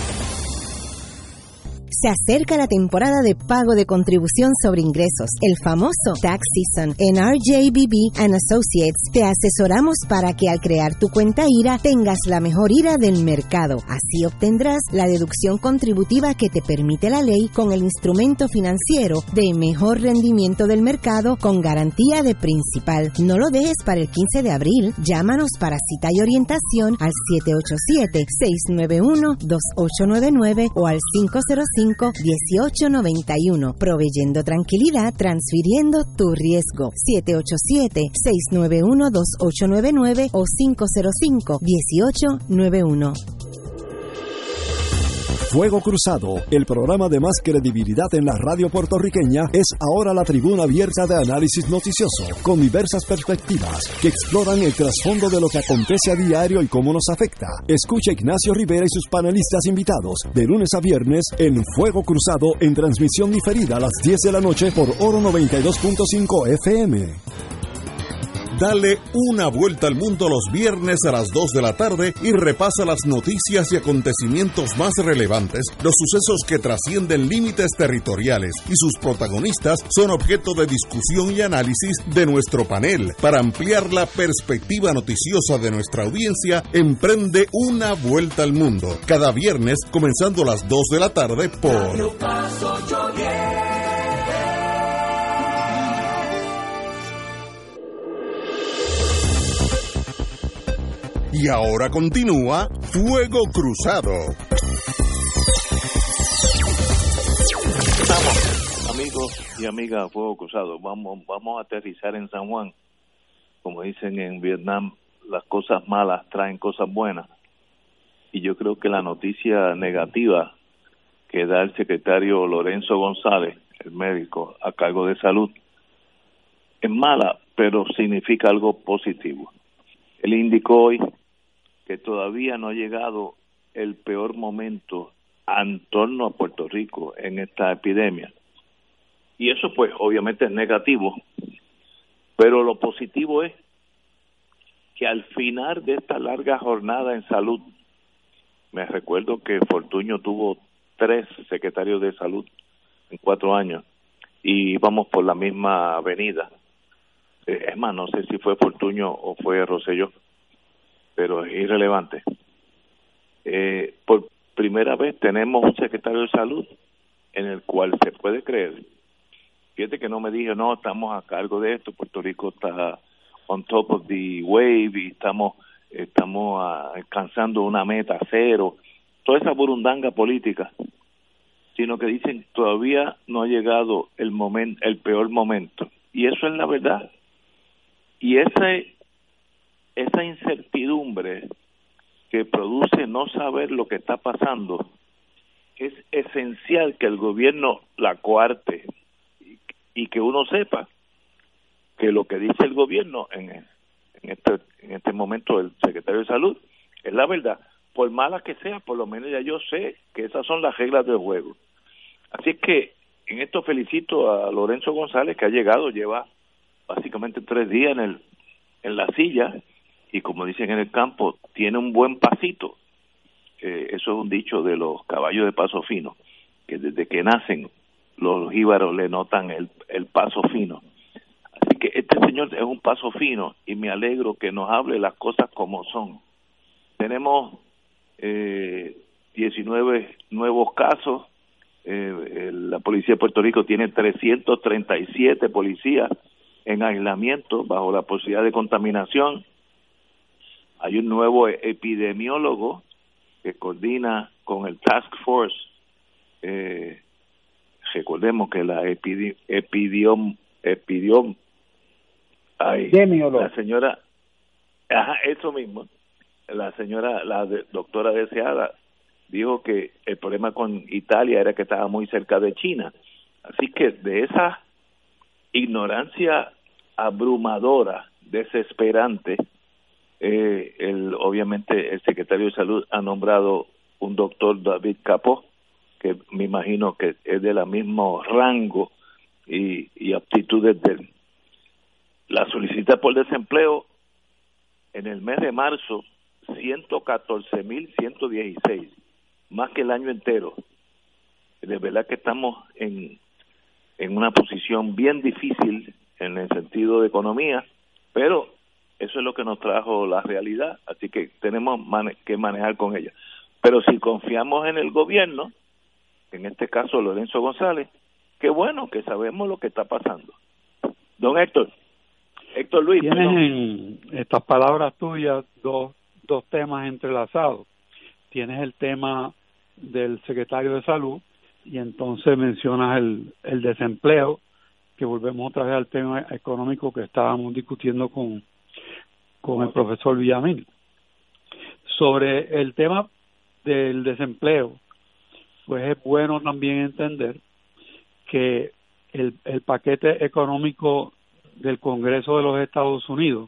Se acerca la temporada de pago de contribución sobre ingresos, el famoso Tax Season. En R J B B and Associates te asesoramos para que al crear tu cuenta I R A tengas la mejor I R A del mercado. Así obtendrás la deducción contributiva que te permite la ley con el instrumento financiero de mejor rendimiento del mercado con garantía de principal. No lo dejes para el quince de abril. Llámanos para cita y orientación al siete ocho siete, seis nueve uno, dos ocho nueve nueve o al cinco cero cinco, cinco, uno ocho nueve uno. Proveyendo tranquilidad, transfiriendo tu riesgo. siete ocho siete, seis nueve uno, dos ocho nueve nueve o cinco cero cinco, uno ocho nueve uno. Fuego Cruzado, el programa de más credibilidad en la radio puertorriqueña, es ahora la tribuna abierta de análisis noticioso, con diversas perspectivas que exploran el trasfondo de lo que acontece a diario y cómo nos afecta. Escucha a Ignacio Rivera y sus panelistas invitados de lunes a viernes en Fuego Cruzado, en transmisión diferida a las diez de la noche por Oro noventa y dos punto cinco F M. Dale una vuelta al mundo los viernes a las dos de la tarde y repasa las noticias y acontecimientos más relevantes, los sucesos que trascienden límites territoriales y sus protagonistas son objeto de discusión y análisis de nuestro panel. Para ampliar la perspectiva noticiosa de nuestra audiencia, emprende una vuelta al mundo. Cada viernes, comenzando a las dos de la tarde por Y ahora continúa Fuego Cruzado. Estamos, amigos y amigas, Fuego Cruzado. Vamos, vamos a aterrizar en San Juan. Como dicen en Vietnam, las cosas malas traen cosas buenas. Y yo creo que la noticia negativa que da el secretario Lorenzo González, el médico a cargo de salud, es mala, pero significa algo positivo. Él indicó hoy que todavía no ha llegado el peor momento en torno a Puerto Rico en esta epidemia. Y eso pues obviamente es negativo, pero lo positivo es que al final de esta larga jornada en salud, me recuerdo que Fortuño tuvo tres secretarios de salud en cuatro años y íbamos por la misma avenida. Es más, no sé si fue Fortuño o fue Rosselló, pero es irrelevante. Eh, por primera vez tenemos un secretario de salud en el cual se puede creer. Fíjate que no me dijo, no, estamos a cargo de esto, Puerto Rico está on top of the wave y estamos estamos uh, alcanzando una meta cero, toda esa burundanga política, sino que dicen todavía no ha llegado el momento, el peor momento, y eso es la verdad. Y ese esa incertidumbre que produce no saber lo que está pasando, es esencial que el gobierno la coarte y, y que uno sepa que lo que dice el gobierno en, en este en este momento el secretario de salud es la verdad, por mala que sea, por lo menos ya yo sé que esas son las reglas del juego. Así es que en esto felicito a Lorenzo González, que ha llegado, lleva básicamente tres días en el en la silla, y como dicen en el campo, tiene un buen pasito. Eh, eso es un dicho de los caballos de paso fino, que desde que nacen los jíbaros le notan el, el paso fino. Así que este señor es un paso fino y me alegro que nos hable las cosas como son. Tenemos eh, diecinueve nuevos casos. Eh, la policía de Puerto Rico tiene trescientos treinta y siete policías en aislamiento bajo la posibilidad de contaminación. Hay un nuevo epidemiólogo que coordina con el Task Force. Eh, recordemos que la epidi- epidiom, epidiom, ay, la señora, ajá, eso mismo, la señora, la de, doctora deseada, dijo que el problema con Italia era que estaba muy cerca de China. Así que de esa ignorancia abrumadora, desesperante, eh, el, obviamente el secretario de Salud ha nombrado un doctor David Capó, que me imagino que es de la mismo rango y, y aptitudes de él. La solicitud por desempleo en el mes de marzo, ciento catorce mil ciento dieciséis, más que el año entero. De verdad que estamos en, en una posición bien difícil en el sentido de economía, pero eso es lo que nos trajo la realidad, así que tenemos mane- que manejar con ella. Pero si confiamos en el gobierno, en este caso Lorenzo González, qué bueno que sabemos lo que está pasando. Don Héctor, Héctor Luis. Tienes en estas palabras tuyas dos, dos temas entrelazados. Tienes el tema del secretario de Salud y entonces mencionas el, el desempleo, que volvemos otra vez al tema económico que estábamos discutiendo con, con el profesor Villamil. Sobre el tema del desempleo, pues es bueno también entender que el, el paquete económico del Congreso de los Estados Unidos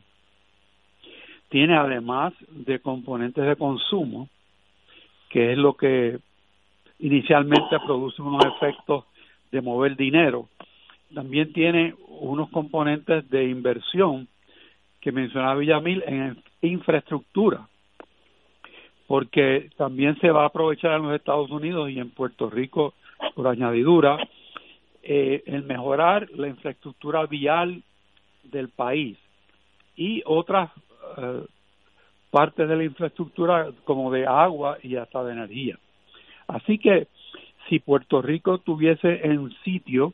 tiene, además de componentes de consumo, que es lo que inicialmente produce unos efectos de mover dinero, también tiene unos componentes de inversión que mencionaba Villamil en infraestructura, porque también se va a aprovechar en los Estados Unidos y en Puerto Rico, por añadidura, eh, el mejorar la infraestructura vial del país y otras eh, partes de la infraestructura como de agua y hasta de energía. Así que si Puerto Rico tuviese en sitio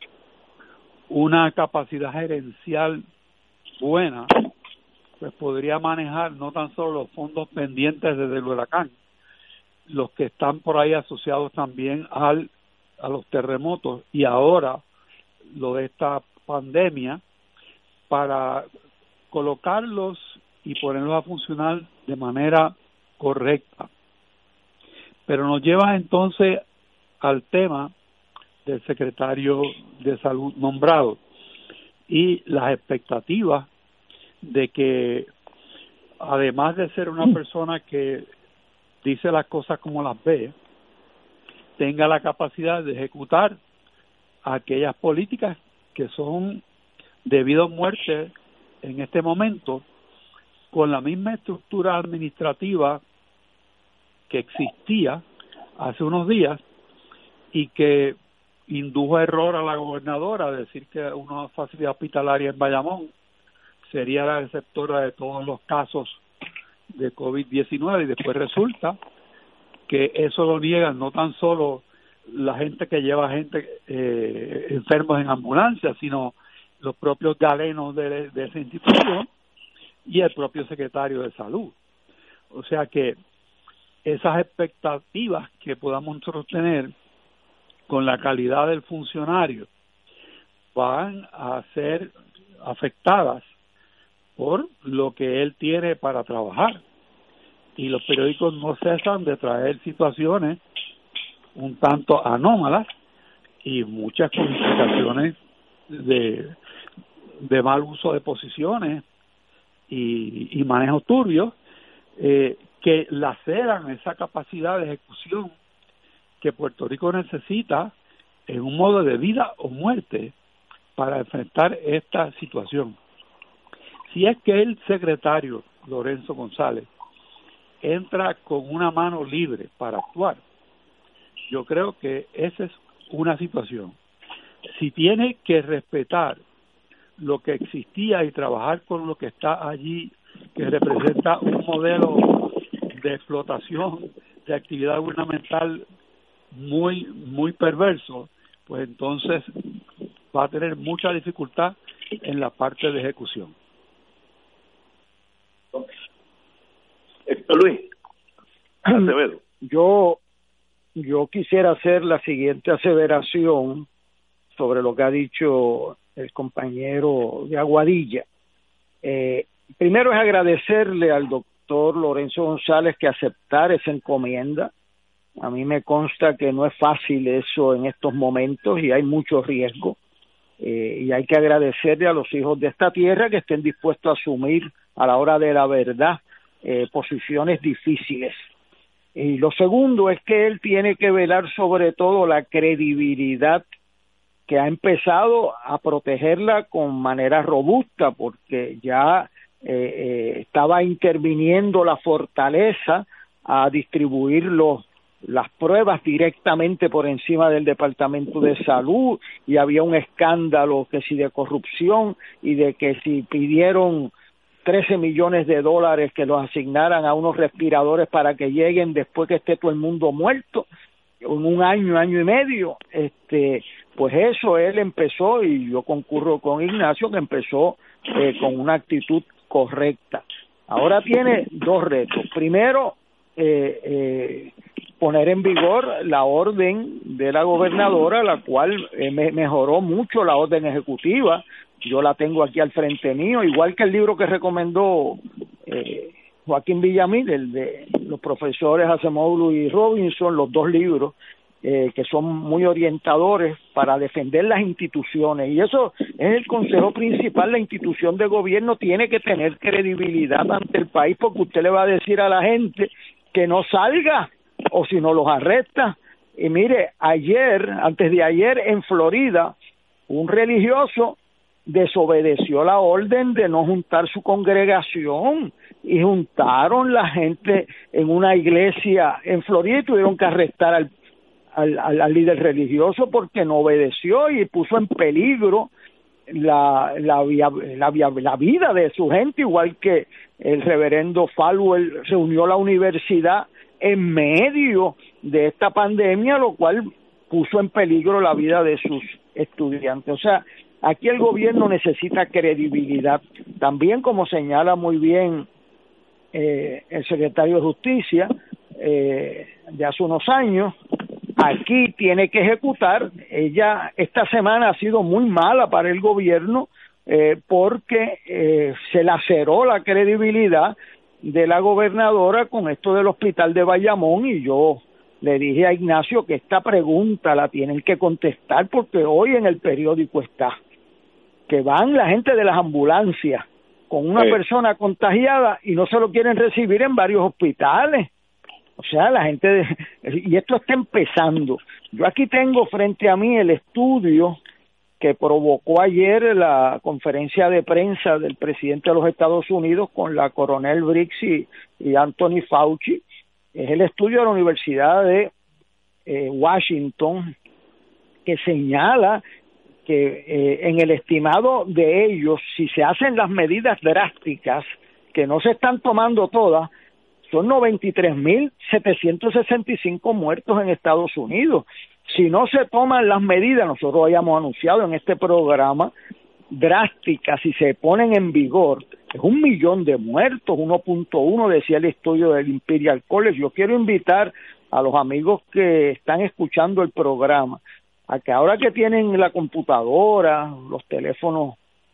una capacidad gerencial buena, pues podría manejar no tan solo los fondos pendientes desde el huracán, los que están por ahí asociados también al a los terremotos y ahora lo de esta pandemia, para colocarlos y ponerlos a funcionar de manera correcta. Pero nos lleva entonces al tema del secretario de Salud nombrado y las expectativas de que, además de ser una persona que dice las cosas como las ve, tenga la capacidad de ejecutar aquellas políticas que son debido a muerte en este momento, con la misma estructura administrativa que existía hace unos días y que indujo error a la gobernadora a decir que una facilidad hospitalaria en Bayamón sería la receptora de todos los casos de COVID diecinueve, y después resulta que eso lo niegan no tan solo la gente que lleva gente eh, enfermos en ambulancia, sino los propios galenos de, de esa institución y el propio secretario de Salud. O sea que esas expectativas que podamos nosotros tener con la calidad del funcionario van a ser afectadas por lo que él tiene para trabajar. Y los periódicos no cesan de traer situaciones un tanto anómalas y muchas complicaciones de, de mal uso de posiciones y, y manejos turbios eh, que laceran esa capacidad de ejecución que Puerto Rico necesita en un modo de vida o muerte para enfrentar esta situación. Si es que el secretario Lorenzo González entra con una mano libre para actuar, yo creo que esa es una situación. Si tiene que respetar lo que existía y trabajar con lo que está allí, que representa un modelo de explotación de actividad gubernamental muy, muy perverso, pues entonces va a tener mucha dificultad en la parte de ejecución. Héctor Luis Acevedo. Yo, yo quisiera hacer la siguiente aseveración sobre lo que ha dicho el compañero de Aguadilla. Eh, primero es agradecerle al doctor Lorenzo González que aceptara esa encomienda. A mí me consta que no es fácil eso en estos momentos y hay mucho riesgo. Eh, y hay que agradecerle a los hijos de esta tierra que estén dispuestos a asumir a la hora de la verdad eh, posiciones difíciles. Y lo segundo es que él tiene que velar sobre todo la credibilidad, que ha empezado a protegerla con manera robusta, porque ya eh, eh, estaba interviniendo la fortaleza a distribuir los las pruebas directamente por encima del Departamento de Salud, y había un escándalo que si de corrupción y de que si pidieron trece millones de dólares que los asignaran a unos respiradores para que lleguen después que esté todo el mundo muerto en un año, año y medio. Este, pues eso él empezó, y yo concurro con Ignacio, que empezó eh, con una actitud correcta. Ahora tiene dos retos. Primero, eh, eh, poner en vigor la orden de la gobernadora, la cual eh, me mejoró mucho la orden ejecutiva. Yo la tengo aquí al frente mío, igual que el libro que recomendó eh, Joaquín Villamil, el de los profesores Acemoglu y Robinson, los dos libros, eh, que son muy orientadores para defender las instituciones. Y eso es el consejo principal. La institución de gobierno tiene que tener credibilidad ante el país, porque usted le va a decir a la gente que no salga, o si no los arresta. Y mire, ayer, antes de ayer, en Florida, un religioso desobedeció la orden de no juntar su congregación y juntaron la gente en una iglesia en Florida y tuvieron que arrestar al, al, al, al líder religioso porque no obedeció y puso en peligro la, la, la, la, la vida de su gente, igual que el reverendo Falwell reunió la universidad en medio de esta pandemia, lo cual puso en peligro la vida de sus estudiantes. O sea, aquí el gobierno necesita credibilidad. También, como señala muy bien eh, el secretario de Justicia eh, de hace unos años, aquí tiene que ejecutar. Ella esta semana ha sido muy mala para el gobierno eh, porque eh, se laceró la credibilidad de la gobernadora con esto del hospital de Bayamón, y yo le dije a Ignacio que esta pregunta la tienen que contestar, porque hoy en el periódico está que van la gente de las ambulancias con una sí. persona contagiada y no se lo quieren recibir en varios hospitales. O sea, la gente de, y esto está empezando. Yo aquí tengo frente a mí el estudio que provocó ayer la conferencia de prensa del presidente de los Estados Unidos con la coronel Briggs y, y Anthony Fauci. Es el estudio de la Universidad de eh, Washington, que señala que eh, en el estimado de ellos, si se hacen las medidas drásticas, que no se están tomando todas, son noventa y tres mil setecientos sesenta y cinco muertos en Estados Unidos. Si no se toman las medidas, nosotros habíamos anunciado en este programa, drásticas, si se ponen en vigor, es un millón de muertos, uno punto uno, decía el estudio del Imperial College. Yo quiero invitar a los amigos que están escuchando el programa a que ahora que tienen la computadora, los teléfonos,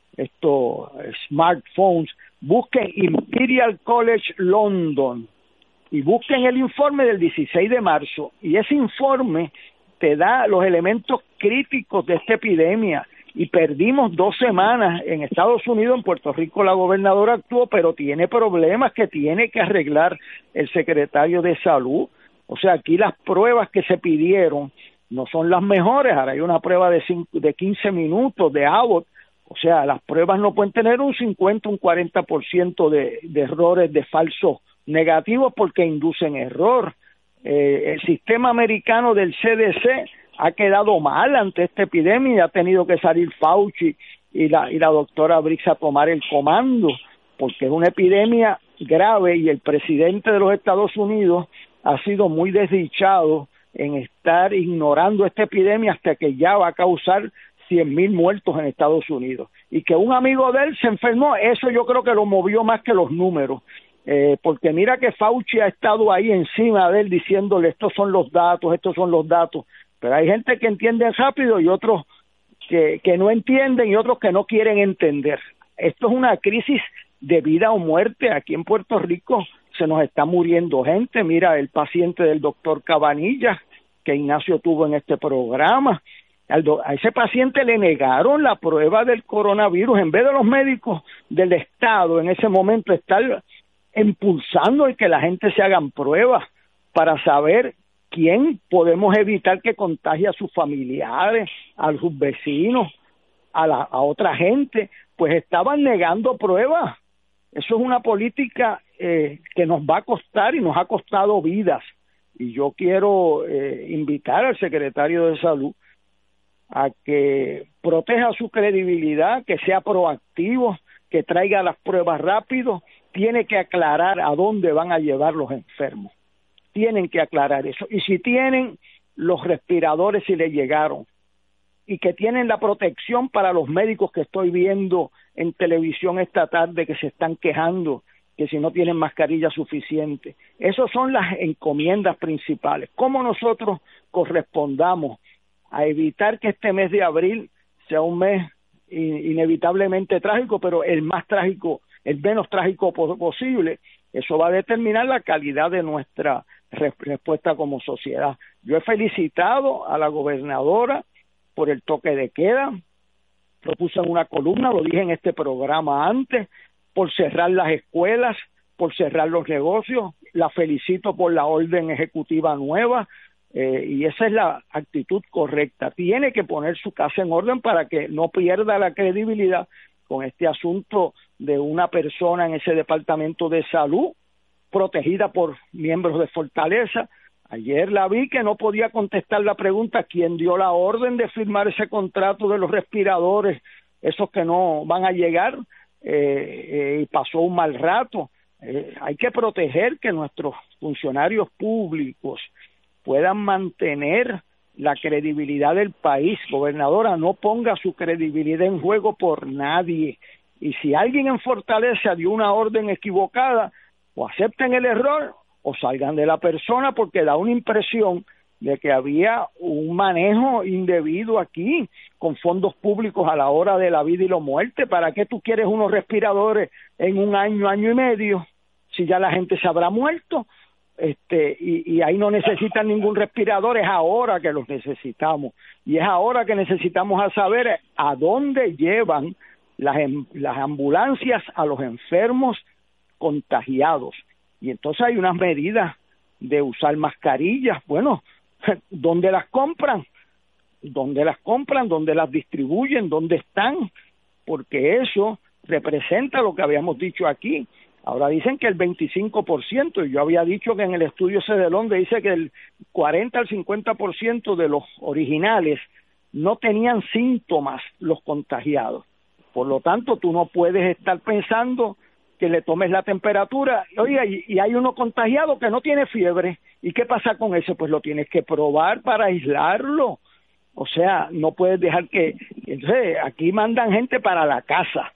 estos smartphones, busquen Imperial College London y busquen el informe del dieciséis de marzo, y ese informe te da los elementos críticos de esta epidemia. Y perdimos dos semanas en Estados Unidos. En Puerto Rico la gobernadora actuó, pero tiene problemas que tiene que arreglar el secretario de Salud. O sea, aquí las pruebas que se pidieron no son las mejores. Ahora hay una prueba de, cinco, de quince minutos de Abbott. O sea, las pruebas no pueden tener un cincuenta, un cuarenta por ciento de, de errores, de falsos negativos, porque inducen error. Eh, el sistema americano del C D C ha quedado mal ante esta epidemia y ha tenido que salir Fauci y la, y la doctora Briggs a tomar el comando, porque es una epidemia grave y el presidente de los Estados Unidos ha sido muy desdichado en estar ignorando esta epidemia hasta que ya va a causar cien mil muertos en Estados Unidos. Y que un amigo de él se enfermó, eso yo creo que lo movió más que los números. Eh, porque mira que Fauci ha estado ahí encima de él diciéndole estos son los datos, estos son los datos, pero hay gente que entiende rápido y otros que, que no entienden y otros que no quieren entender. Esto es una crisis de vida o muerte. Aquí en Puerto Rico se nos está muriendo gente. Mira el paciente del doctor Cabanillas que Ignacio tuvo en este programa. Al do, a ese paciente le negaron la prueba del coronavirus, en vez de los médicos del Estado en ese momento estar impulsando el que la gente se hagan pruebas para saber quién podemos evitar que contagie a sus familiares, a sus vecinos, a, la, a otra gente, pues estaban negando pruebas. Eso es una política eh, que nos va a costar y nos ha costado vidas. Y yo quiero eh, invitar al secretario de Salud a que proteja su credibilidad, que sea proactivo, que traiga las pruebas rápido. Tiene que aclarar a dónde van a llevar los enfermos. Tienen que aclarar eso. Y si tienen los respiradores, si les llegaron, y que tienen la protección para los médicos que estoy viendo en televisión esta tarde que se están quejando, que que si no tienen mascarilla suficiente. Esas son las encomiendas principales. ¿Cómo nosotros correspondamos a evitar que este mes de abril sea un mes inevitablemente trágico, pero el más trágico, el menos trágico posible? Eso va a determinar la calidad de nuestra respuesta como sociedad. Yo he felicitado a la gobernadora por el toque de queda, propuse en una columna, lo dije en este programa antes, por cerrar las escuelas, por cerrar los negocios. La felicito por la orden ejecutiva nueva, eh, y esa es la actitud correcta. Tiene que poner su casa en orden para que no pierda la credibilidad con este asunto de una persona en ese departamento de salud protegida por miembros de Fortaleza. Ayer la vi que no podía contestar la pregunta quién dio la orden de firmar ese contrato de los respiradores, esos que no van a llegar, eh, eh, y pasó un mal rato. Eh, hay que proteger que nuestros funcionarios públicos puedan mantener la credibilidad del país. Gobernadora, no ponga su credibilidad en juego por nadie. Y si alguien en Fortaleza dio una orden equivocada, o acepten el error o salgan de la persona, porque da una impresión de que había un manejo indebido aquí con fondos públicos a la hora de la vida y la muerte. ¿Para qué tú quieres unos respiradores en un año, año y medio, si ya la gente se habrá muerto? Este, y, y ahí no necesitan ningún respirador, es ahora que los necesitamos, y es ahora que necesitamos a saber a dónde llevan las, las ambulancias a los enfermos contagiados. Y entonces hay unas medidas de usar mascarillas. Bueno, ¿dónde las compran? ¿Dónde las compran? ¿Dónde las distribuyen? ¿Dónde están? Porque eso representa lo que habíamos dicho aquí. Ahora dicen que el veinticinco por ciento, y yo había dicho que en el estudio Cedelón dice que el cuarenta al cincuenta por ciento de los originales no tenían síntomas los contagiados. Por lo tanto, tú no puedes estar pensando que le tomes la temperatura, oiga, y, y hay uno contagiado que no tiene fiebre, ¿y qué pasa con ese? Pues lo tienes que probar para aislarlo. O sea, no puedes dejar que... Entonces, aquí mandan gente para la casa.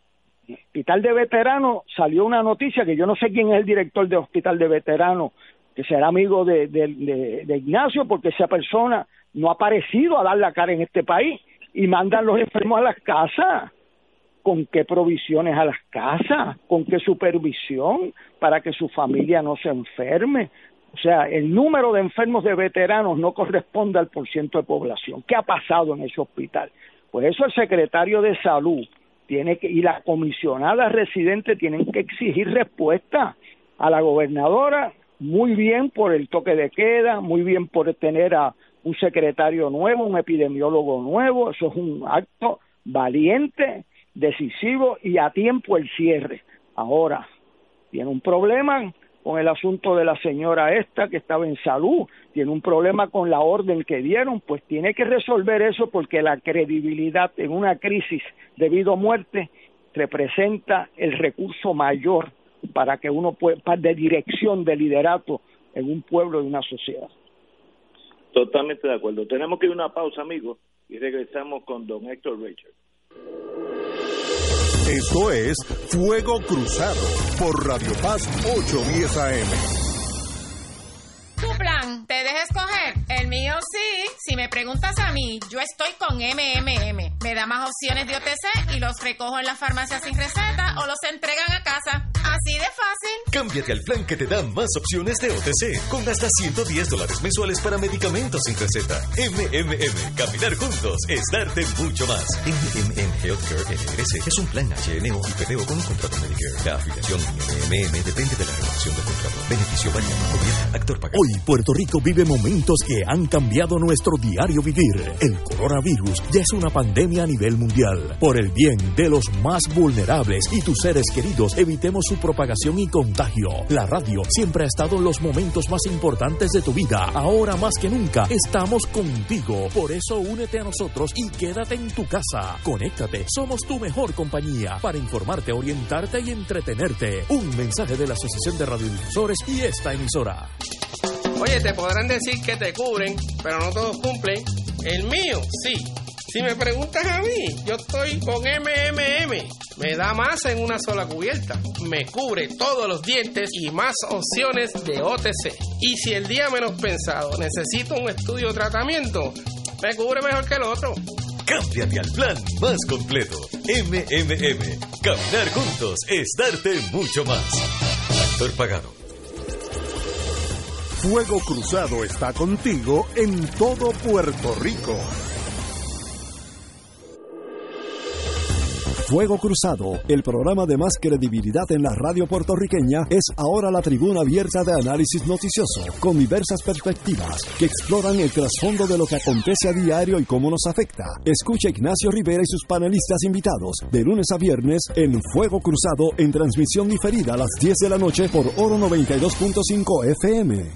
Hospital de Veteranos, salió una noticia que yo no sé quién es el director de Hospital de Veteranos, que será amigo de, de, de, de Ignacio, porque esa persona no ha aparecido a dar la cara en este país, y mandan los enfermos a las casas. ¿Con qué provisiones a las casas? ¿Con qué supervisión para que su familia no se enferme? O sea, el número de enfermos de veteranos no corresponde al porciento de población. ¿Qué ha pasado en ese hospital? Pues eso el secretario de Salud tiene que, y la comisionada residente tienen que exigir respuesta a la gobernadora. Muy bien por el toque de queda, muy bien por tener a un secretario nuevo, un epidemiólogo nuevo. Eso es un acto valiente, decisivo y a tiempo el cierre. Ahora, tiene un problema con el asunto de la señora esta que estaba en salud, tiene un problema con la orden que dieron, pues tiene que resolver eso, porque la credibilidad en una crisis de vida o muerte representa el recurso mayor para que uno pueda, de dirección, de liderato en un pueblo y una sociedad. Totalmente de acuerdo. Tenemos que ir a una pausa, amigos, y regresamos con don Héctor Richard. Esto es Fuego Cruzado por Radio Paz ochocientos diez A M. Tu plan, ¿te deja escoger? El mío sí. Si me preguntas a mí, yo estoy con M M M. Me da más opciones de O T C y los recojo en la farmacia sin receta o los entregan a casa. Así de fácil. Cámbiate al plan que te da más opciones de O T C, con hasta ciento diez dólares mensuales para medicamentos sin receta. M M M. Caminar juntos es darte mucho más. M M M Healthcare N R S es un plan H M O y P P O con un contrato Medicare. La afiliación M M M depende de la renovación del contrato. Beneficio variable. Gobierno. Actor pagado. Hoy Puerto Rico vive momentos que han cambiado nuestro diario vivir. El coronavirus ya es una pandemia a nivel mundial. Por el bien de los más vulnerables y tus seres queridos, evitemos su propagación y contagio. La radio siempre ha estado en los momentos más importantes de tu vida. Ahora más que nunca estamos contigo. Por eso únete a nosotros y quédate en tu casa. Conéctate, somos tu mejor compañía para informarte, orientarte y entretenerte. Un mensaje de la Asociación de Radiodifusores y esta emisora. Oye, te podrán decir que te cubren, pero no todos cumplen. El mío, sí. Si me preguntas a mí, yo estoy con M M M. Me da más en una sola cubierta. Me cubre todos los dientes y más opciones de O T C. Y si el día menos pensado necesito un estudio o tratamiento, me cubre mejor que el otro. Cámbiate al plan más completo. M M M. Caminar juntos es darte mucho más. Factor pagado. Fuego Cruzado está contigo en todo Puerto Rico. Fuego Cruzado, el programa de más credibilidad en la radio puertorriqueña, es ahora la tribuna abierta de análisis noticioso, con diversas perspectivas que exploran el trasfondo de lo que acontece a diario y cómo nos afecta. Escucha a Ignacio Rivera y sus panelistas invitados de lunes a viernes en Fuego Cruzado, en transmisión diferida a las diez de la noche por Oro noventa y dos punto cinco F M.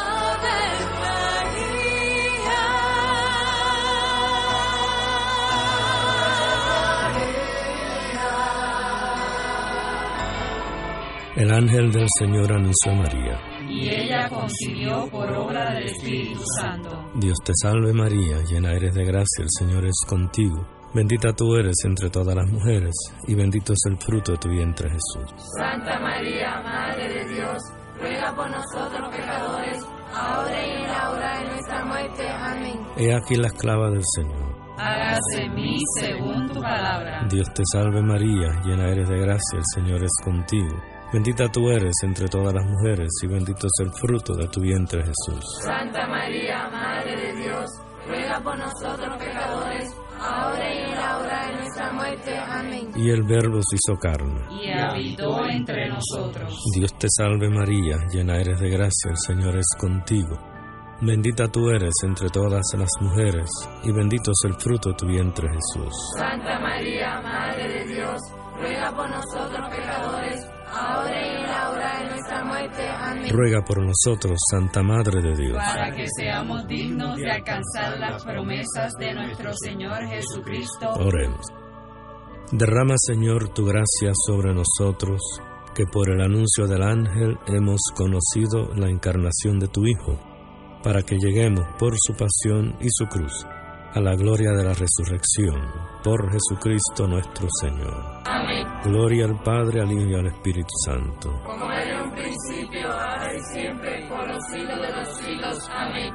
El ángel del Señor anunció a María, y ella concibió por obra del Espíritu Santo. Dios te salve María, llena eres de gracia, el Señor es contigo. Bendita tú eres entre todas las mujeres, y bendito es el fruto de tu vientre Jesús. Santa María, Madre de Dios, ruega por nosotros pecadores, ahora y en la hora de nuestra muerte. Amén. He aquí la esclava del Señor. Hágase en mí según tu palabra. Dios te salve María, llena eres de gracia, el Señor es contigo. Bendita tú eres entre todas las mujeres, y bendito es el fruto de tu vientre Jesús. Santa María, Madre de Dios, ruega por nosotros pecadores, ahora y en la hora de nuestra muerte. Amén. Y el Verbo se hizo carne, y habitó entre nosotros. Dios te salve María, llena eres de gracia, el Señor es contigo. Bendita tú eres entre todas las mujeres, y bendito es el fruto de tu vientre Jesús. Santa María, Madre de Dios, ruega por nosotros pecadores, ahora y en la hora de nuestra muerte. Amén. Ruega por nosotros, Santa Madre de Dios, para que seamos dignos de alcanzar las promesas de nuestro Señor Jesucristo. Oremos. Derrama, Señor, tu gracia sobre nosotros, que por el anuncio del ángel hemos conocido la encarnación de tu Hijo, para que lleguemos por su pasión y su cruz a la gloria de la resurrección, por Jesucristo nuestro Señor. Amén. Gloria al Padre, al Hijo y al Espíritu Santo. Como era en un principio, ahora y siempre, por los siglos de los siglos. Amén.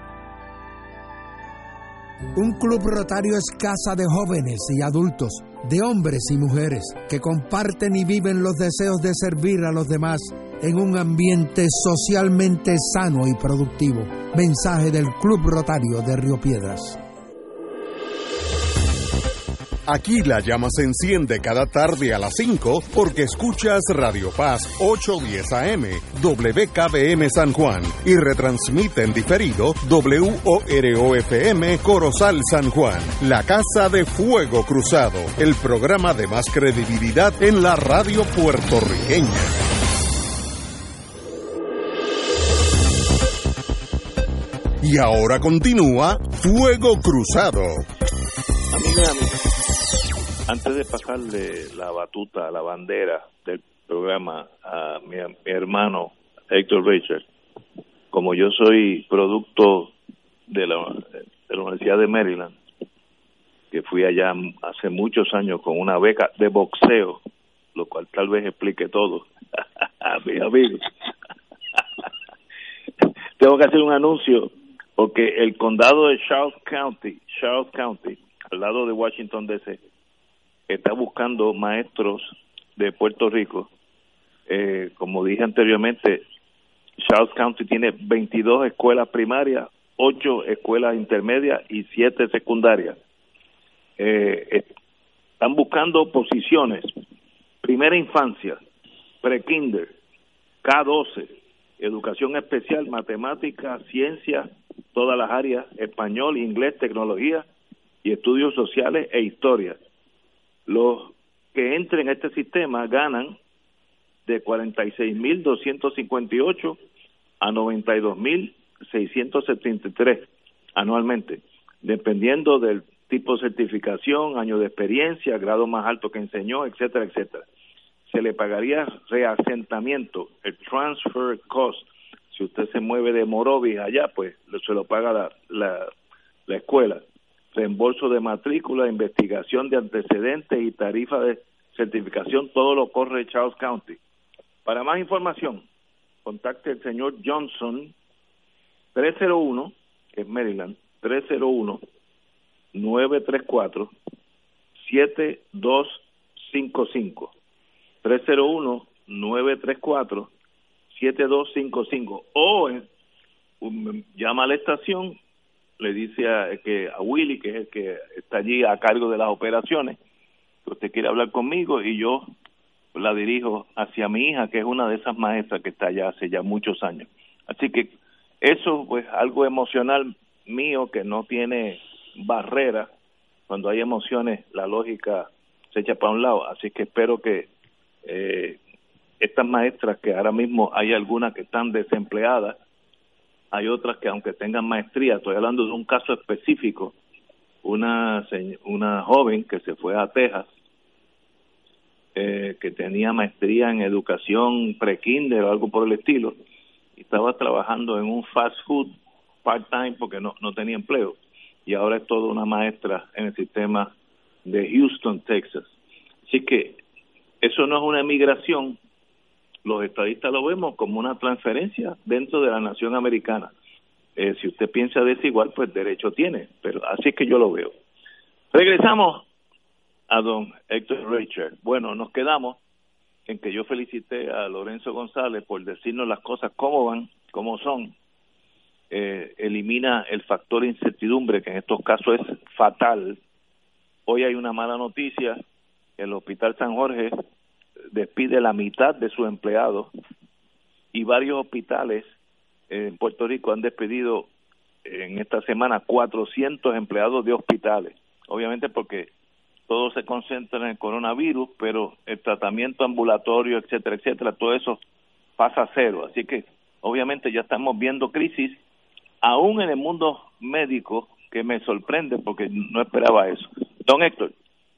Un club rotario es casa de jóvenes y adultos, de hombres y mujeres, que comparten y viven los deseos de servir a los demás en un ambiente socialmente sano y productivo. Mensaje del Club Rotario de Río Piedras. Aquí la llama se enciende cada tarde a las cinco porque escuchas Radio Paz ochocientos diez A M, W K B M San Juan, y retransmite en diferido W O R O F M Corozal San Juan, la Casa de Fuego Cruzado, el programa de más credibilidad en la radio puertorriqueña. Y ahora continúa Fuego Cruzado. Amiga, amiga. Antes de pasarle la batuta, la bandera del programa a mi, a mi hermano Héctor Richard, como yo soy producto de la, de la Universidad de Maryland, que fui allá hace muchos años con una beca de boxeo, lo cual tal vez explique todo, mis amigos. Tengo que hacer un anuncio, porque el condado de Charles County, Charles County, al lado de Washington D C, está buscando maestros de Puerto Rico. Eh, como dije anteriormente, Charles County tiene veintidós escuelas primarias, ocho escuelas intermedias y siete secundarias. Eh, están buscando posiciones, primera infancia, pre-kinder, K doce, educación especial, matemáticas, ciencias, todas las áreas, español, inglés, tecnología y estudios sociales e historia. Los que entren a este sistema ganan de cuarenta y seis mil doscientos cincuenta y ocho a noventa y dos mil seiscientos setenta y tres anualmente, dependiendo del tipo de certificación, año de experiencia, grado más alto que enseñó, etcétera, etcétera. Se le pagaría reasentamiento, el transfer cost. Si usted se mueve de Morovis allá, pues se lo paga la, la, la escuela. reembolso de matrícula, investigación de antecedentes y tarifa de certificación, todo lo corre Charles County. Para más información, contacte al señor Johnson, tres cero uno, que es Maryland, tres cero uno, nueve tres cuatro, siete dos cinco cinco, tres cero uno, nueve tres cuatro, siete dos cinco cinco, o um, llama a la estación, le dice a, que a Willy, que es el que está allí a cargo de las operaciones, que usted quiere hablar conmigo, y yo la dirijo hacia mi hija, que es una de esas maestras que está allá hace ya muchos años. Así que eso, pues, algo emocional mío que no tiene barrera. Cuando hay emociones, la lógica se echa para un lado. Así que espero que eh, estas maestras, que ahora mismo hay algunas que están desempleadas, hay otras que aunque tengan maestría, estoy hablando de un caso específico, una una joven que se fue a Texas, eh, que tenía maestría en educación pre-kinder o algo por el estilo, y estaba trabajando en un fast food part-time porque no, no tenía empleo, y ahora es toda una maestra en el sistema de Houston, Texas. Así que eso no es una emigración. Los estadistas lo vemos como una transferencia dentro de la nación americana. Eh, si usted piensa desigual, pues derecho tiene, pero así es que yo lo veo. Regresamos a don Héctor Richard. Bueno, nos quedamos en que yo felicité a Lorenzo González por decirnos las cosas cómo van, cómo son. Eh, elimina el factor incertidumbre, que en estos casos es fatal. Hoy hay una mala noticia: el Hospital San Jorge despide la mitad de sus empleados, y varios hospitales en Puerto Rico han despedido en esta semana cuatrocientos empleados de hospitales, obviamente porque todo se concentra en el coronavirus, pero el tratamiento ambulatorio, etcétera, etcétera, todo eso pasa a cero. Así que obviamente ya estamos viendo crisis, aún en el mundo médico, que me sorprende porque no esperaba eso. Don Héctor.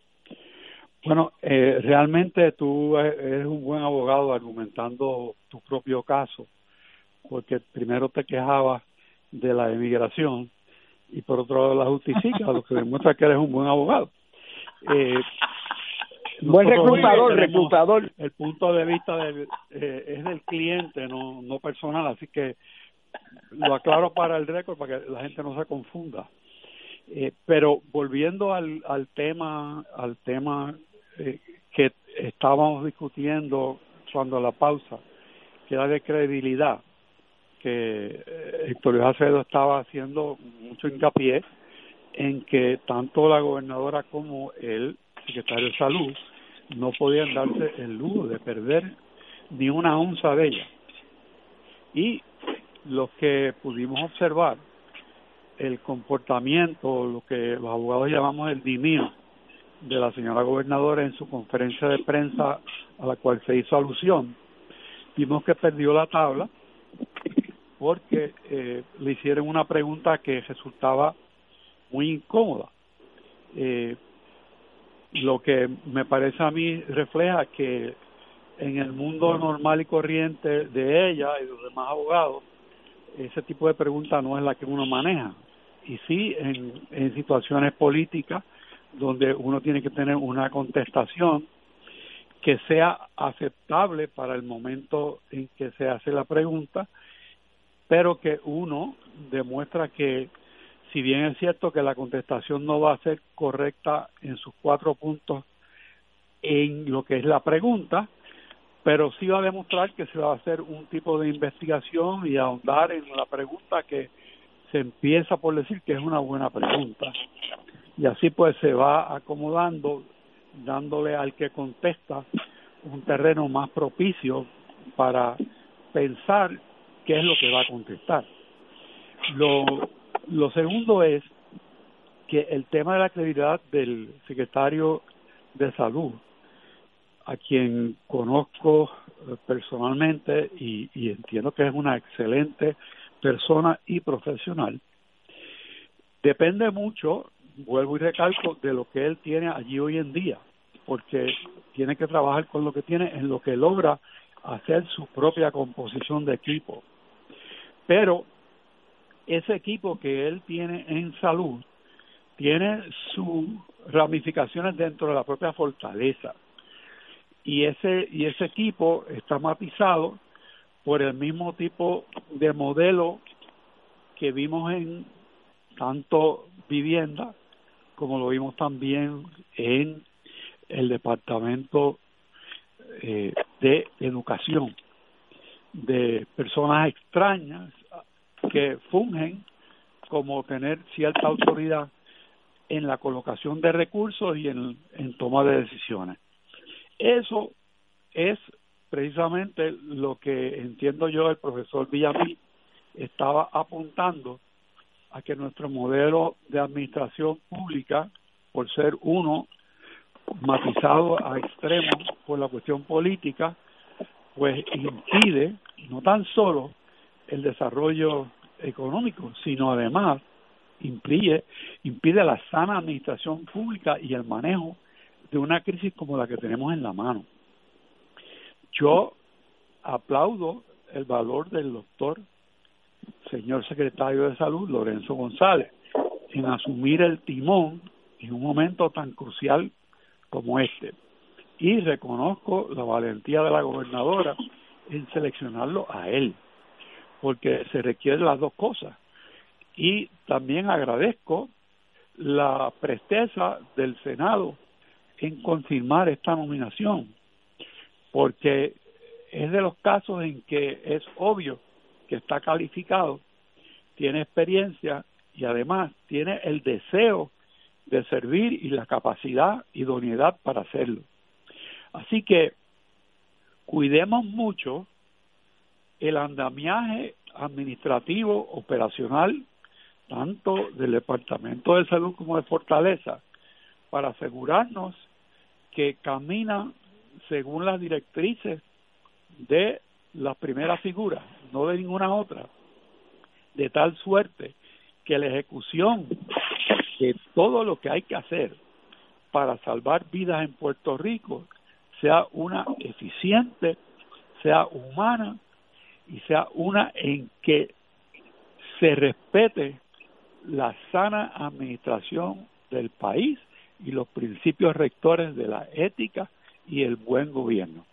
Bueno, eh, realmente tú eres un buen abogado argumentando tu propio caso, porque primero te quejabas de la emigración y por otro lado la justifica, lo que demuestra que eres un buen abogado. Eh, buen reclutador, reclutador. El punto de vista del, eh, es del cliente, no, no personal, así que lo aclaro para el récord para que la gente no se confunda. Eh, pero volviendo al, al tema, al tema eh, que estábamos discutiendo cuando la pausa, que era de credibilidad, que eh, Héctor Luis Acevedo estaba haciendo mucho hincapié en que tanto la gobernadora como el secretario de Salud no podían darse el lujo de perder ni una onza de ella. Y lo que pudimos observar, el comportamiento, lo que los abogados llamamos el demeanor de la señora gobernadora en su conferencia de prensa a la cual se hizo alusión, vimos que perdió la tabla porque eh, le hicieron una pregunta que resultaba muy incómoda. Eh, lo que me parece a mí refleja que en el mundo normal y corriente de ella y de los demás abogados, ese tipo de pregunta no es la que uno maneja. Y sí, en, en situaciones políticas donde uno tiene que tener una contestación que sea aceptable para el momento en que se hace la pregunta, pero que uno demuestra que, si bien es cierto que la contestación no va a ser correcta en sus cuatro puntos en lo que es la pregunta, pero sí va a demostrar que se va a hacer un tipo de investigación y ahondar en la pregunta que se empieza por decir que es una buena pregunta. Y así pues se va acomodando, dándole al que contesta un terreno más propicio para pensar qué es lo que va a contestar. Lo, lo segundo es que el tema de la credibilidad del secretario de Salud, a quien conozco personalmente y, y entiendo que es una excelente persona y profesional, depende mucho, vuelvo y recalco, de lo que él tiene allí hoy en día, porque tiene que trabajar con lo que tiene en lo que logra hacer su propia composición de equipo. Pero ese equipo que él tiene en salud tiene sus ramificaciones dentro de la propia fortaleza. Y ese, y ese equipo está matizado por el mismo tipo de modelo que vimos en tanto vivienda como lo vimos también en el departamento eh, de educación, de personas extrañas que fungen como tener cierta autoridad en la colocación de recursos y en, en toma de decisiones. Eso es precisamente lo que entiendo yo el profesor Villamil estaba apuntando a que nuestro modelo de administración pública, por ser uno matizado a extremos por la cuestión política, pues impide no tan solo el desarrollo económico, sino además impide, impide la sana administración pública y el manejo de una crisis como la que tenemos en la mano. Yo aplaudo el valor del doctor, señor secretario de Salud, Lorenzo González, en asumir el timón en un momento tan crucial como este. Y reconozco la valentía de la gobernadora en seleccionarlo a él, porque se requieren las dos cosas. Y también agradezco la presteza del Senado en confirmar esta nominación, porque es de los casos en que es obvio que está calificado, tiene experiencia y además tiene el deseo de servir y la capacidad, idoneidad para hacerlo. Así que cuidemos mucho el andamiaje administrativo, operacional, tanto del Departamento de Salud como de Fortaleza, para asegurarnos que camina según las directrices de la primera figura, no de ninguna otra, de tal suerte que la ejecución de todo lo que hay que hacer para salvar vidas en Puerto Rico sea una eficiente, sea humana y sea una en que se respete la sana administración del país y los principios rectores de la ética y el buen gobierno.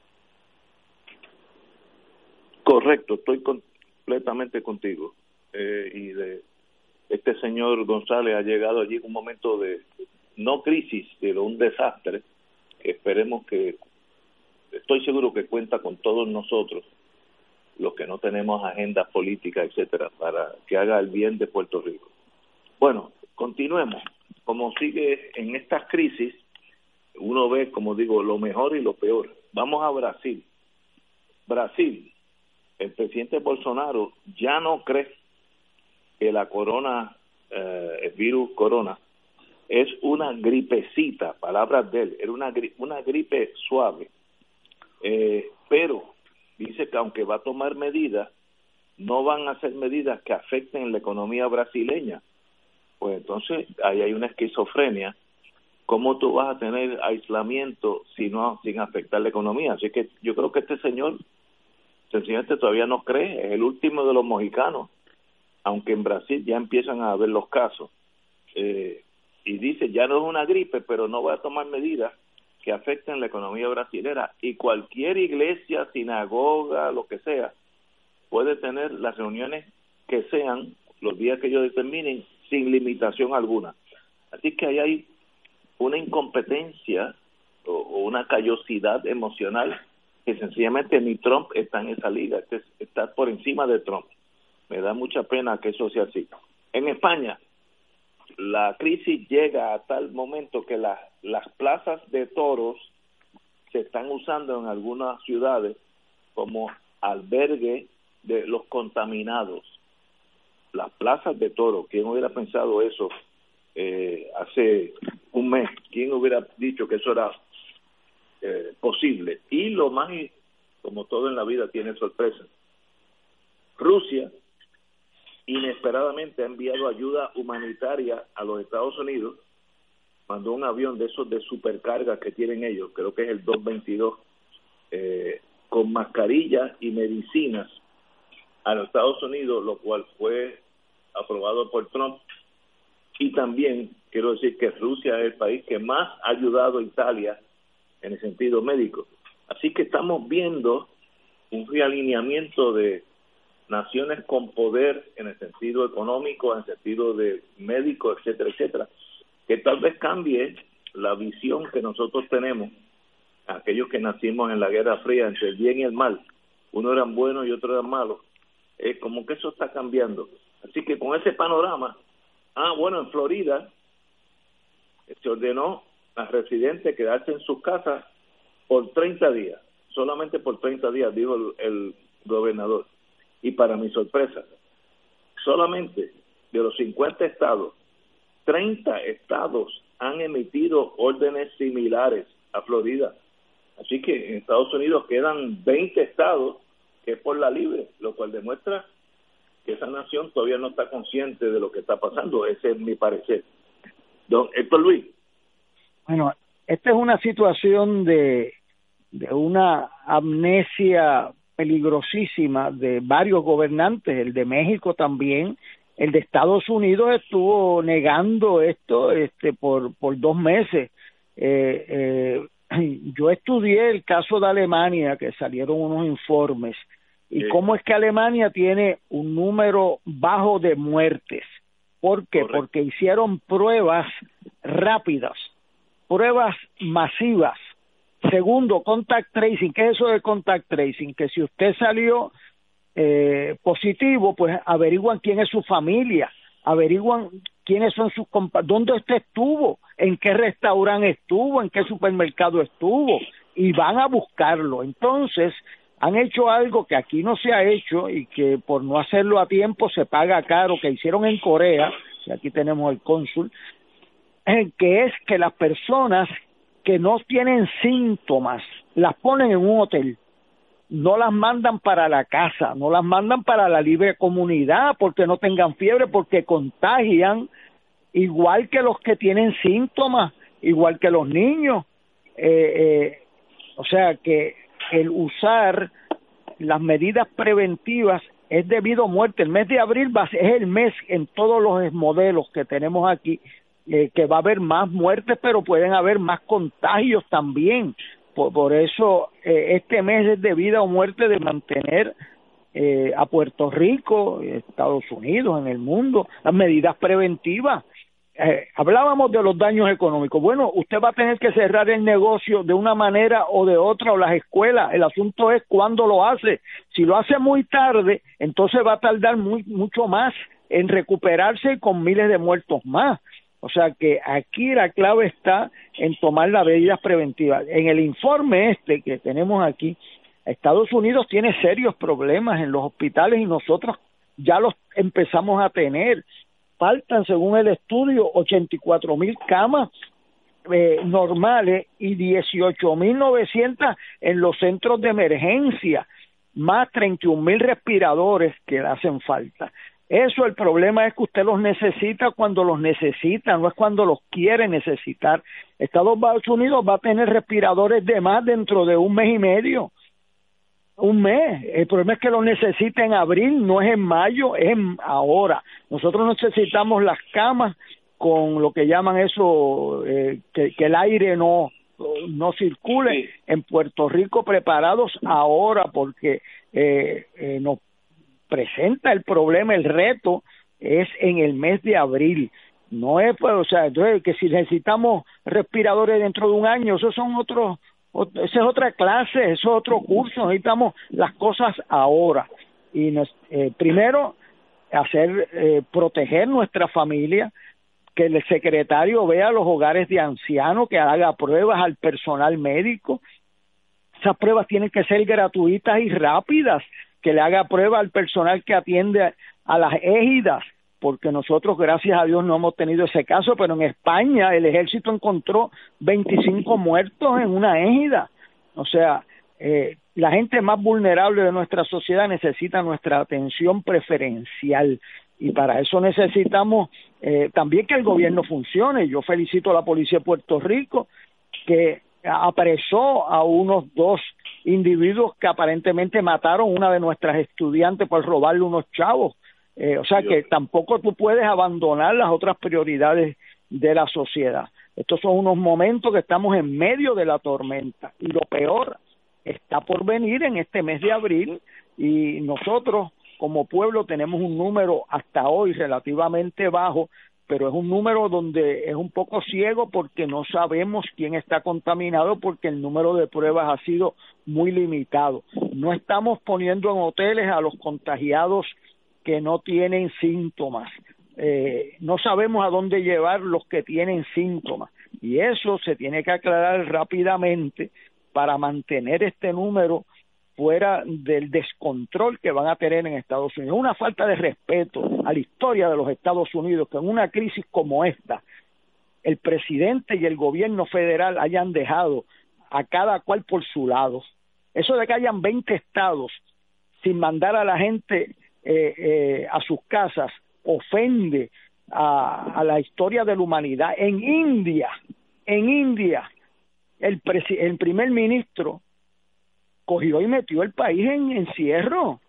Correcto, estoy completamente contigo. Eh, y de este señor González ha llegado allí en un momento de no crisis, sino un desastre, que esperemos que, estoy seguro que cuenta con todos nosotros, los que no tenemos agendas políticas, etcétera, para que haga el bien de Puerto Rico. Bueno, continuemos. Como sigue en estas crisis, uno ve, como digo, lo mejor y lo peor. Vamos a Brasil. Brasil, el presidente Bolsonaro ya no cree que la corona, eh, el virus corona, es una gripecita, palabras de él, era una, gri- una gripe suave. Eh, pero dice que aunque va a tomar medidas, no van a ser medidas que afecten la economía brasileña. Pues entonces ahí hay una esquizofrenia. ¿Cómo tú vas a tener aislamiento si no, sin afectar la economía? Así que yo creo que este señor sencillamente todavía no cree, es el último de los mojicanos, aunque en Brasil ya empiezan a haber los casos. Eh, y dice, ya no es una gripe, pero no va a tomar medidas que afecten la economía brasilera. Y cualquier iglesia, sinagoga, lo que sea, puede tener las reuniones que sean, los días que ellos determinen, sin limitación alguna. Así que ahí hay una incompetencia o, o una callosidad emocional que sencillamente ni Trump está en esa liga, este está por encima de Trump. Me da mucha pena que eso sea así. En España, la crisis llega a tal momento que la, las plazas de toros se están usando en algunas ciudades como albergue de los contaminados. Las plazas de toros, ¿quién hubiera pensado eso eh, hace un mes? ¿Quién hubiera dicho que eso era eh, posible? Y lo más, como todo en la vida, tiene sorpresa. Rusia inesperadamente ha enviado ayuda humanitaria a los Estados Unidos, mandó un avión de esos de supercarga que tienen ellos, creo que es el dos veintidós, eh, con mascarillas y medicinas a los Estados Unidos, lo cual fue aprobado por Trump, y también quiero decir que Rusia es el país que más ha ayudado a Italia en el sentido médico. Así que estamos viendo un realineamiento de naciones con poder en el sentido económico, en el sentido de médico, etcétera, etcétera, que tal vez cambie la visión que nosotros tenemos, aquellos que nacimos en la Guerra Fría, entre el bien y el mal, uno eran buenos y otros eran malos, eh, como que eso está cambiando. Así que con ese panorama, ah, bueno, en Florida se ordenó a residentes quedarse en sus casas por treinta días, solamente por treinta días, dijo el, el gobernador. Y para mi sorpresa, solamente de los cincuenta estados, treinta estados han emitido órdenes similares a Florida. Así que en Estados Unidos quedan veinte estados que es por la libre, lo cual demuestra que esa nación todavía no está consciente de lo que está pasando. Ese es mi parecer. Don Héctor Luis. Bueno, esta es una situación de, de una amnesia peligrosísima de varios gobernantes, el de México también, el de Estados Unidos estuvo negando esto este por por dos meses. Eh, eh, yo estudié el caso de Alemania, que salieron unos informes, y sí. Cómo es que Alemania tiene un número bajo de muertes. ¿Por qué? Correcto. Porque hicieron pruebas rápidas, pruebas masivas. Segundo, contact tracing. ¿Qué es eso de contact tracing? Que si usted salió eh, positivo, pues averiguan quién es su familia, averiguan quiénes son sus compa- dónde usted estuvo, en qué restaurante estuvo, en qué supermercado estuvo, y van a buscarlo. Entonces, han hecho algo que aquí no se ha hecho y que por no hacerlo a tiempo se paga caro, que hicieron en Corea, y aquí tenemos el cónsul, eh, que es que las personas que no tienen síntomas las ponen en un hotel, no las mandan para la casa, no las mandan para la libre comunidad porque no tengan fiebre, porque contagian igual que los que tienen síntomas, igual que los niños. Eh, eh, o sea que el usar las medidas preventivas es debido a muerte. El mes de abril va, es el mes en todos los modelos que tenemos aquí eh, que va a haber más muertes, pero pueden haber más contagios también. Por, por eso eh, este mes es de vida o muerte de mantener eh, a Puerto Rico, Estados Unidos, en el mundo, las medidas preventivas. Eh, hablábamos de los daños económicos. Bueno, usted va a tener que cerrar el negocio de una manera o de otra, o las escuelas. El asunto es cuándo lo hace. Si lo hace muy tarde, entonces va a tardar muy, mucho más en recuperarse y con miles de muertos más. O sea que aquí la clave está en tomar las medidas preventivas. En el informe este que tenemos aquí, Estados Unidos tiene serios problemas en los hospitales y nosotros ya los empezamos a tener. Faltan, según el estudio, ochenta y cuatro mil camas eh, normales y dieciocho mil novecientas en los centros de emergencia, más treinta y un mil respiradores que le hacen falta. Eso, el problema es que usted los necesita cuando los necesita, no es cuando los quiere necesitar. Estados Unidos va a tener respiradores de más dentro de un mes y medio. Un mes. El problema es que los necesita en abril, no es en mayo, es en ahora. Nosotros necesitamos las camas con lo que llaman eso, eh, que, que el aire no no circule en Puerto Rico, preparados ahora, porque eh, eh, nos presenta el problema, el reto es en el mes de abril. No es, pues, o sea, entonces que si necesitamos respiradores dentro de un año, esos son otros, esa es otra clase, eso es otro curso. Necesitamos las cosas ahora. Y nos, eh, primero, hacer, eh, proteger nuestra familia, que el secretario vea los hogares de ancianos, que haga pruebas al personal médico. Esas pruebas tienen que ser gratuitas y rápidas, que le haga prueba al personal que atiende a las égidas, porque nosotros, gracias a Dios, no hemos tenido ese caso, pero en España el ejército encontró veinticinco muertos en una égida. O sea, eh, la gente más vulnerable de nuestra sociedad necesita nuestra atención preferencial, y para eso necesitamos eh, también que el gobierno funcione. Yo felicito a la Policía de Puerto Rico, que apresó a unos dos individuos que aparentemente mataron a una de nuestras estudiantes por robarle unos chavos. Eh, o sea que tampoco tú puedes abandonar las otras prioridades de la sociedad. Estos son unos momentos que estamos en medio de la tormenta y lo peor está por venir en este mes de abril, y nosotros como pueblo tenemos un número hasta hoy relativamente bajo, pero es un número donde es un poco ciego porque no sabemos quién está contaminado, porque el número de pruebas ha sido muy limitado. No estamos poniendo en hoteles a los contagiados que no tienen síntomas. Eh, no sabemos a dónde llevar los que tienen síntomas, y eso se tiene que aclarar rápidamente para mantener este número fuera del descontrol que van a tener en Estados Unidos. Una falta de respeto a la historia de los Estados Unidos que en una crisis como esta el presidente y el gobierno federal hayan dejado a cada cual por su lado. Eso de que hayan veinte estados sin mandar a la gente eh, eh, a sus casas ofende a, a la historia de la humanidad. En India, en India, el, presi- el primer ministro cogió y metió el país en encierro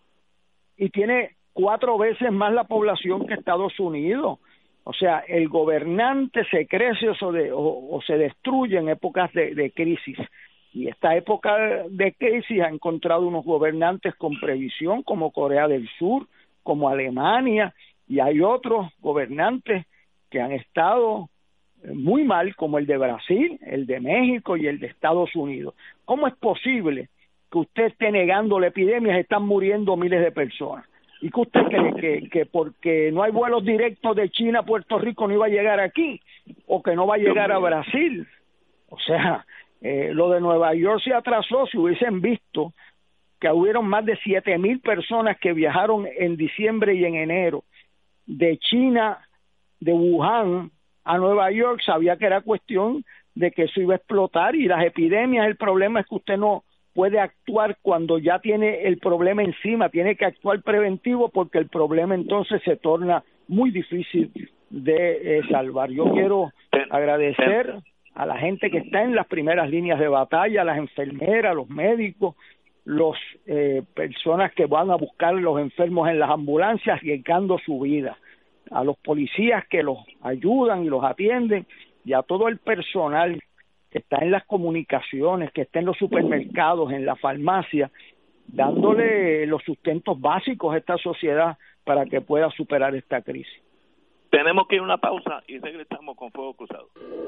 y tiene cuatro veces más la población que Estados Unidos. O sea, el gobernante se crece o se, o, o se destruye en épocas de, de crisis, y esta época de crisis ha encontrado unos gobernantes con previsión como Corea del Sur, como Alemania, y hay otros gobernantes que han estado muy mal, como el de Brasil, el de México y el de Estados Unidos. ¿Cómo es posible que usted esté negando la epidemia? Están muriendo miles de personas. ¿Y que usted cree que, que porque no hay vuelos directos de China a Puerto Rico no iba a llegar aquí? ¿O que no va a llegar a Brasil? O sea, eh, lo de Nueva York se atrasó. Si hubiesen visto que hubieron más de siete mil personas que viajaron en diciembre y en enero de China, de Wuhan a Nueva York, sabía que era cuestión de que eso iba a explotar. Y las epidemias, el problema es que usted no puede actuar cuando ya tiene el problema encima, tiene que actuar preventivo, porque el problema entonces se torna muy difícil de eh, salvar. Yo quiero agradecer a la gente que está en las primeras líneas de batalla, a las enfermeras, los médicos, los eh, personas que van a buscar a los enfermos en las ambulancias arriesgando su vida, a los policías que los ayudan y los atienden, y a todo el personal que está en las comunicaciones, que está en los supermercados, en la farmacia, dándole los sustentos básicos a esta sociedad para que pueda superar esta crisis. Tenemos que ir a una pausa y regresamos con Fuego Cruzado.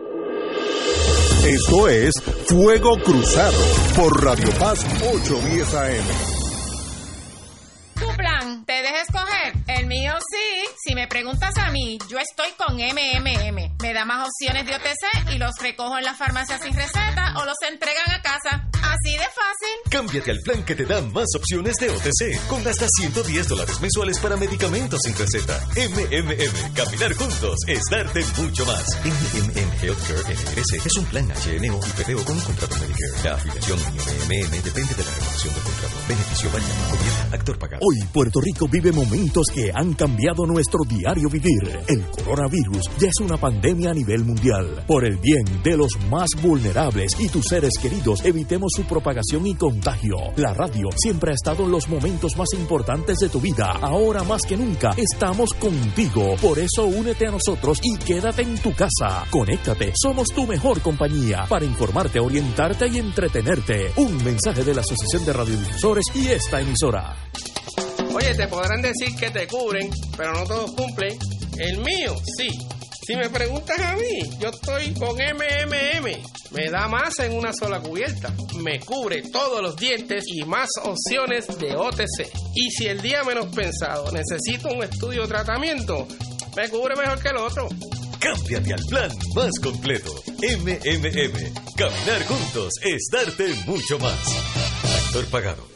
Esto es Fuego Cruzado por Radio Paz ochocientos diez A M. Tu plan, te deja escoger. El mío sí. Si me preguntas a mí, yo estoy con M M M. Me da más opciones de O T C y los recojo en la farmacia sin receta o los entregan a casa. Así de fácil. Cámbiate al plan que te da más opciones de O T C, con hasta ciento diez dólares mensuales para medicamentos sin receta. M M M. Caminar juntos es darte mucho más. M M M Healthcare N R S es un plan H M O y P P O con un contrato Medicare. La afiliación M M M depende de la renovación del contrato. Beneficio variable. Gobierno. Actor pagado. Hoy Puerto Rico vive momentos que han cambiado nuestro diario vivir. El coronavirus ya es una pandemia a nivel mundial. Por el bien de los más vulnerables y tus seres queridos, evitemos su propagación y contagio. La radio siempre ha estado en los momentos más importantes de tu vida. Ahora más que nunca estamos contigo. Por eso únete a nosotros y quédate en tu casa. Conéctate, somos tu mejor compañía para informarte, orientarte y entretenerte. Un mensaje de la Asociación de Radiodifusores y esta emisora. Oye, te podrán decir que te cubren, pero no todos cumplen. El mío, sí. Si me preguntas a mí, yo estoy con M M M. Me da más en una sola cubierta. Me cubre todos los dientes y más opciones de O T C. Y si el día menos pensado necesito un estudio o tratamiento, me cubre mejor que el otro. Cámbiate al plan más completo. M M M. Caminar juntos es darte mucho más. Actor pagado.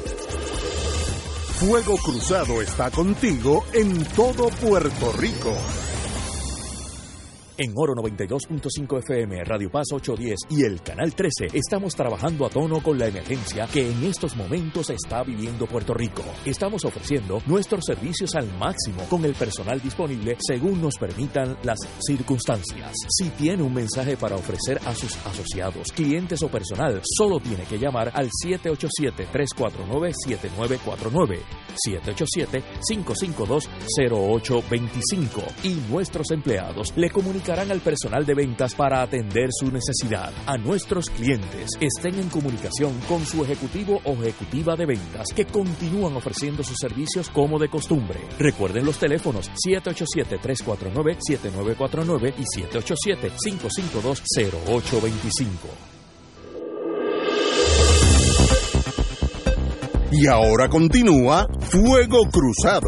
Fuego Cruzado está contigo en todo Puerto Rico. En Oro noventa y dos punto cinco F M, Radio Paz ochocientos diez y el Canal trece estamos trabajando a tono con la emergencia que en estos momentos está viviendo Puerto Rico. Estamos ofreciendo nuestros servicios al máximo con el personal disponible según nos permitan las circunstancias. Si tiene un mensaje para ofrecer a sus asociados, clientes o personal, solo tiene que llamar al siete ocho siete, tres cuatro nueve, siete nueve cuatro nueve, siete ocho siete, cinco cinco dos, cero ocho dos cinco y nuestros empleados le comunicarán al personal de ventas para atender su necesidad. A nuestros clientes estén en comunicación con su ejecutivo o ejecutiva de ventas que continúan ofreciendo sus servicios como de costumbre. Recuerden los teléfonos siete ocho siete, tres cuatro nueve, siete nueve cuatro nueve y siete ocho siete, cinco cinco dos, cero ocho dos cinco. Y ahora continúa Fuego Cruzado.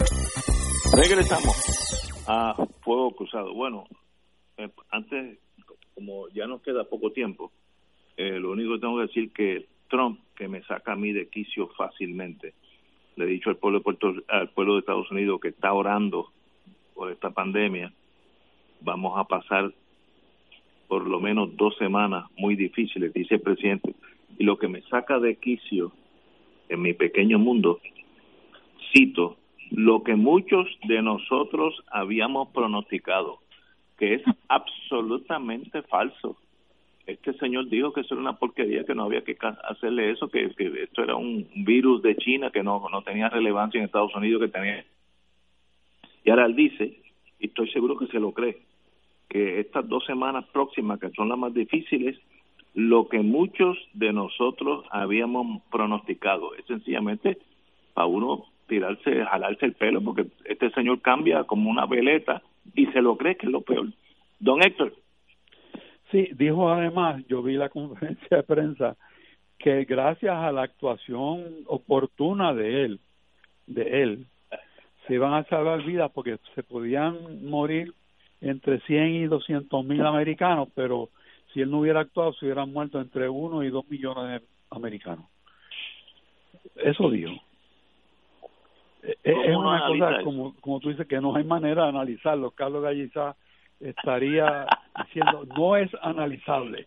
Regresamos a Fuego Cruzado. Bueno, eh, antes, como ya nos queda poco tiempo, eh, lo único que tengo que decir que Trump, que me saca a mí de quicio fácilmente, le he dicho al pueblo de Puerto, al pueblo de Estados Unidos que está orando por esta pandemia. Vamos a pasar por lo menos dos semanas muy difíciles, dice el presidente. Y lo que me saca de quicio en mi pequeño mundo, cito, lo que muchos de nosotros habíamos pronosticado, que es absolutamente falso. Este señor dijo que eso era una porquería, que no había que hacerle eso, que, que esto era un virus de China, que no, no tenía relevancia en Estados Unidos, que tenía... Y ahora él dice, y estoy seguro que se lo cree, que estas dos semanas próximas, que son las más difíciles, lo que muchos de nosotros habíamos pronosticado. Es sencillamente para uno tirarse, jalarse el pelo, porque este señor cambia como una veleta y se lo cree, que es lo peor. Don Héctor. Sí, dijo además, yo vi la conferencia de prensa, que gracias a la actuación oportuna de él, de él, se iban a salvar vidas, porque se podían morir entre cien y doscientos mil americanos, pero si él no hubiera actuado, se hubieran muerto entre uno y dos millones de americanos. Eso dijo. Es una cosa, como, como tú dices, que no hay manera de analizarlo. Carlos Gallizá estaría diciendo, no es analizable.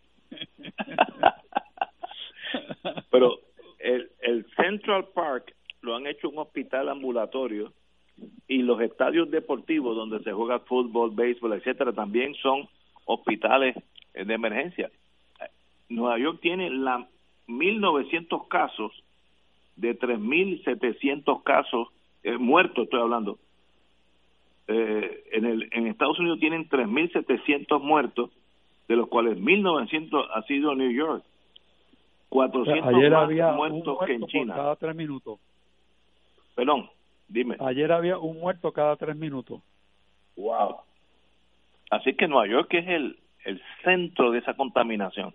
Pero el, el Central Park lo han hecho un hospital ambulatorio, y los estadios deportivos donde se juega fútbol, béisbol, etcétera, también son hospitales de emergencia. Nueva York tiene la mil novecientos casos de tres mil setecientos casos eh, muertos, estoy hablando. Eh, en el en Estados Unidos tienen tres mil setecientos muertos, de los cuales mil novecientos ha sido New York. cuatrocientos Ayer más había muertos un muerto que en China. por cada tres minutos. Perdón, dime. Ayer había un muerto cada tres minutos. Wow. Así que Nueva York es el el centro de esa contaminación.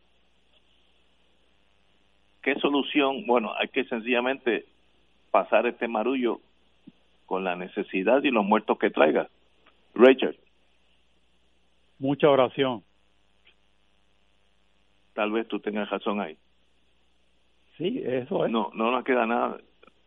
¿Qué solución? Bueno, hay que sencillamente pasar este marullo con la necesidad y los muertos que traiga. Richard. Mucha oración. Tal vez tú tengas razón ahí. Sí, eso es. No, no nos queda nada.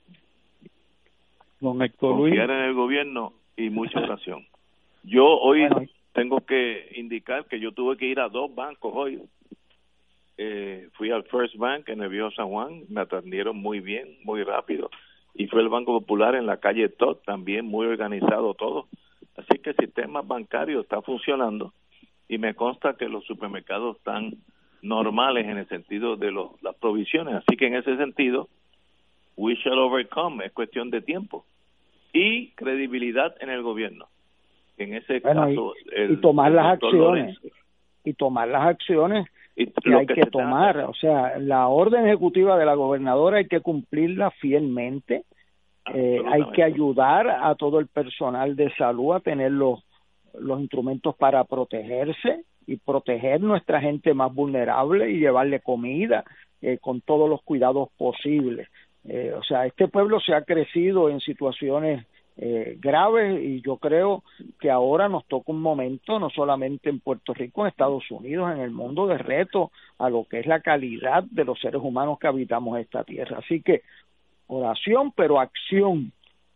Don Héctor Luis. Confiar en el gobierno y mucha oración. Yo hoy bueno, tengo que indicar que yo tuve que ir a dos bancos hoy. Eh, fui al First Bank en el Viejo San Juan, me atendieron muy bien, muy rápido, y fue el Banco Popular en la calle Todd, también muy organizado todo. Así que el sistema bancario está funcionando, y me consta que los supermercados están normales en el sentido de los, las provisiones. Así que en ese sentido, we shall overcome, es cuestión de tiempo. Y credibilidad en el gobierno. En ese bueno, caso, y, el, y tomar el las acciones Lorenzo. y tomar las acciones y que hay que, que tomar, trata. O sea, la orden ejecutiva de la gobernadora hay que cumplirla fielmente. Eh, hay que ayudar a todo el personal de salud a tener los los instrumentos para protegerse y proteger nuestra gente más vulnerable y llevarle comida eh, con todos los cuidados posibles. Eh, o sea, este pueblo se ha crecido en situaciones eh, graves y yo creo que ahora nos toca un momento, no solamente en Puerto Rico, en Estados Unidos, en el mundo, de reto a lo que es la calidad de los seres humanos que habitamos esta tierra. Así que oración, pero acción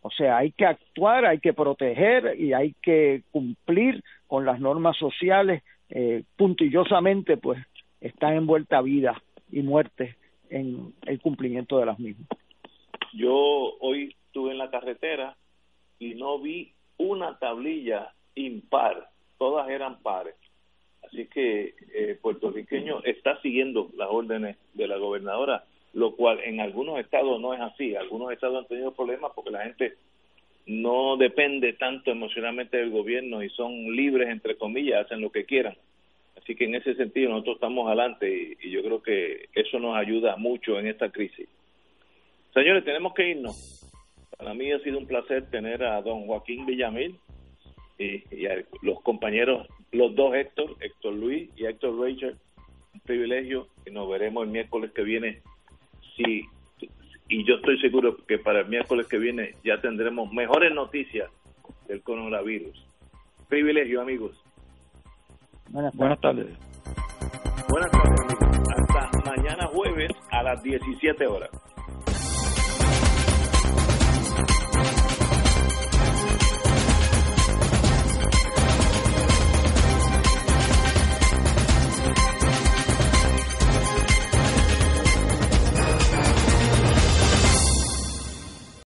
O sea, hay que actuar, hay que proteger y hay que cumplir con las normas sociales. Eh, puntillosamente, pues, están envueltas vida y muerte en el cumplimiento de las mismas. Yo hoy estuve en la carretera y no vi una tablilla impar, todas eran pares. Así que eh, puertorriqueño está siguiendo las órdenes de la gobernadora, lo cual en algunos estados no es así. Algunos estados han tenido problemas porque la gente no depende tanto emocionalmente del gobierno y son libres, entre comillas, hacen lo que quieran. Así que en ese sentido nosotros estamos adelante y, y yo creo que eso nos ayuda mucho en esta crisis. Señores, tenemos que irnos. Para mí ha sido un placer tener a don Joaquín Villamil y, y a los compañeros, los dos Héctor, Héctor Luis y Héctor Rachel. Un privilegio y nos veremos el miércoles que viene. Sí, y yo estoy seguro que para el miércoles que viene ya tendremos mejores noticias del coronavirus. Privilegio, amigos. Buenas, buenas tardes. Buenas tardes, amigos. Hasta mañana jueves a las diecisiete horas.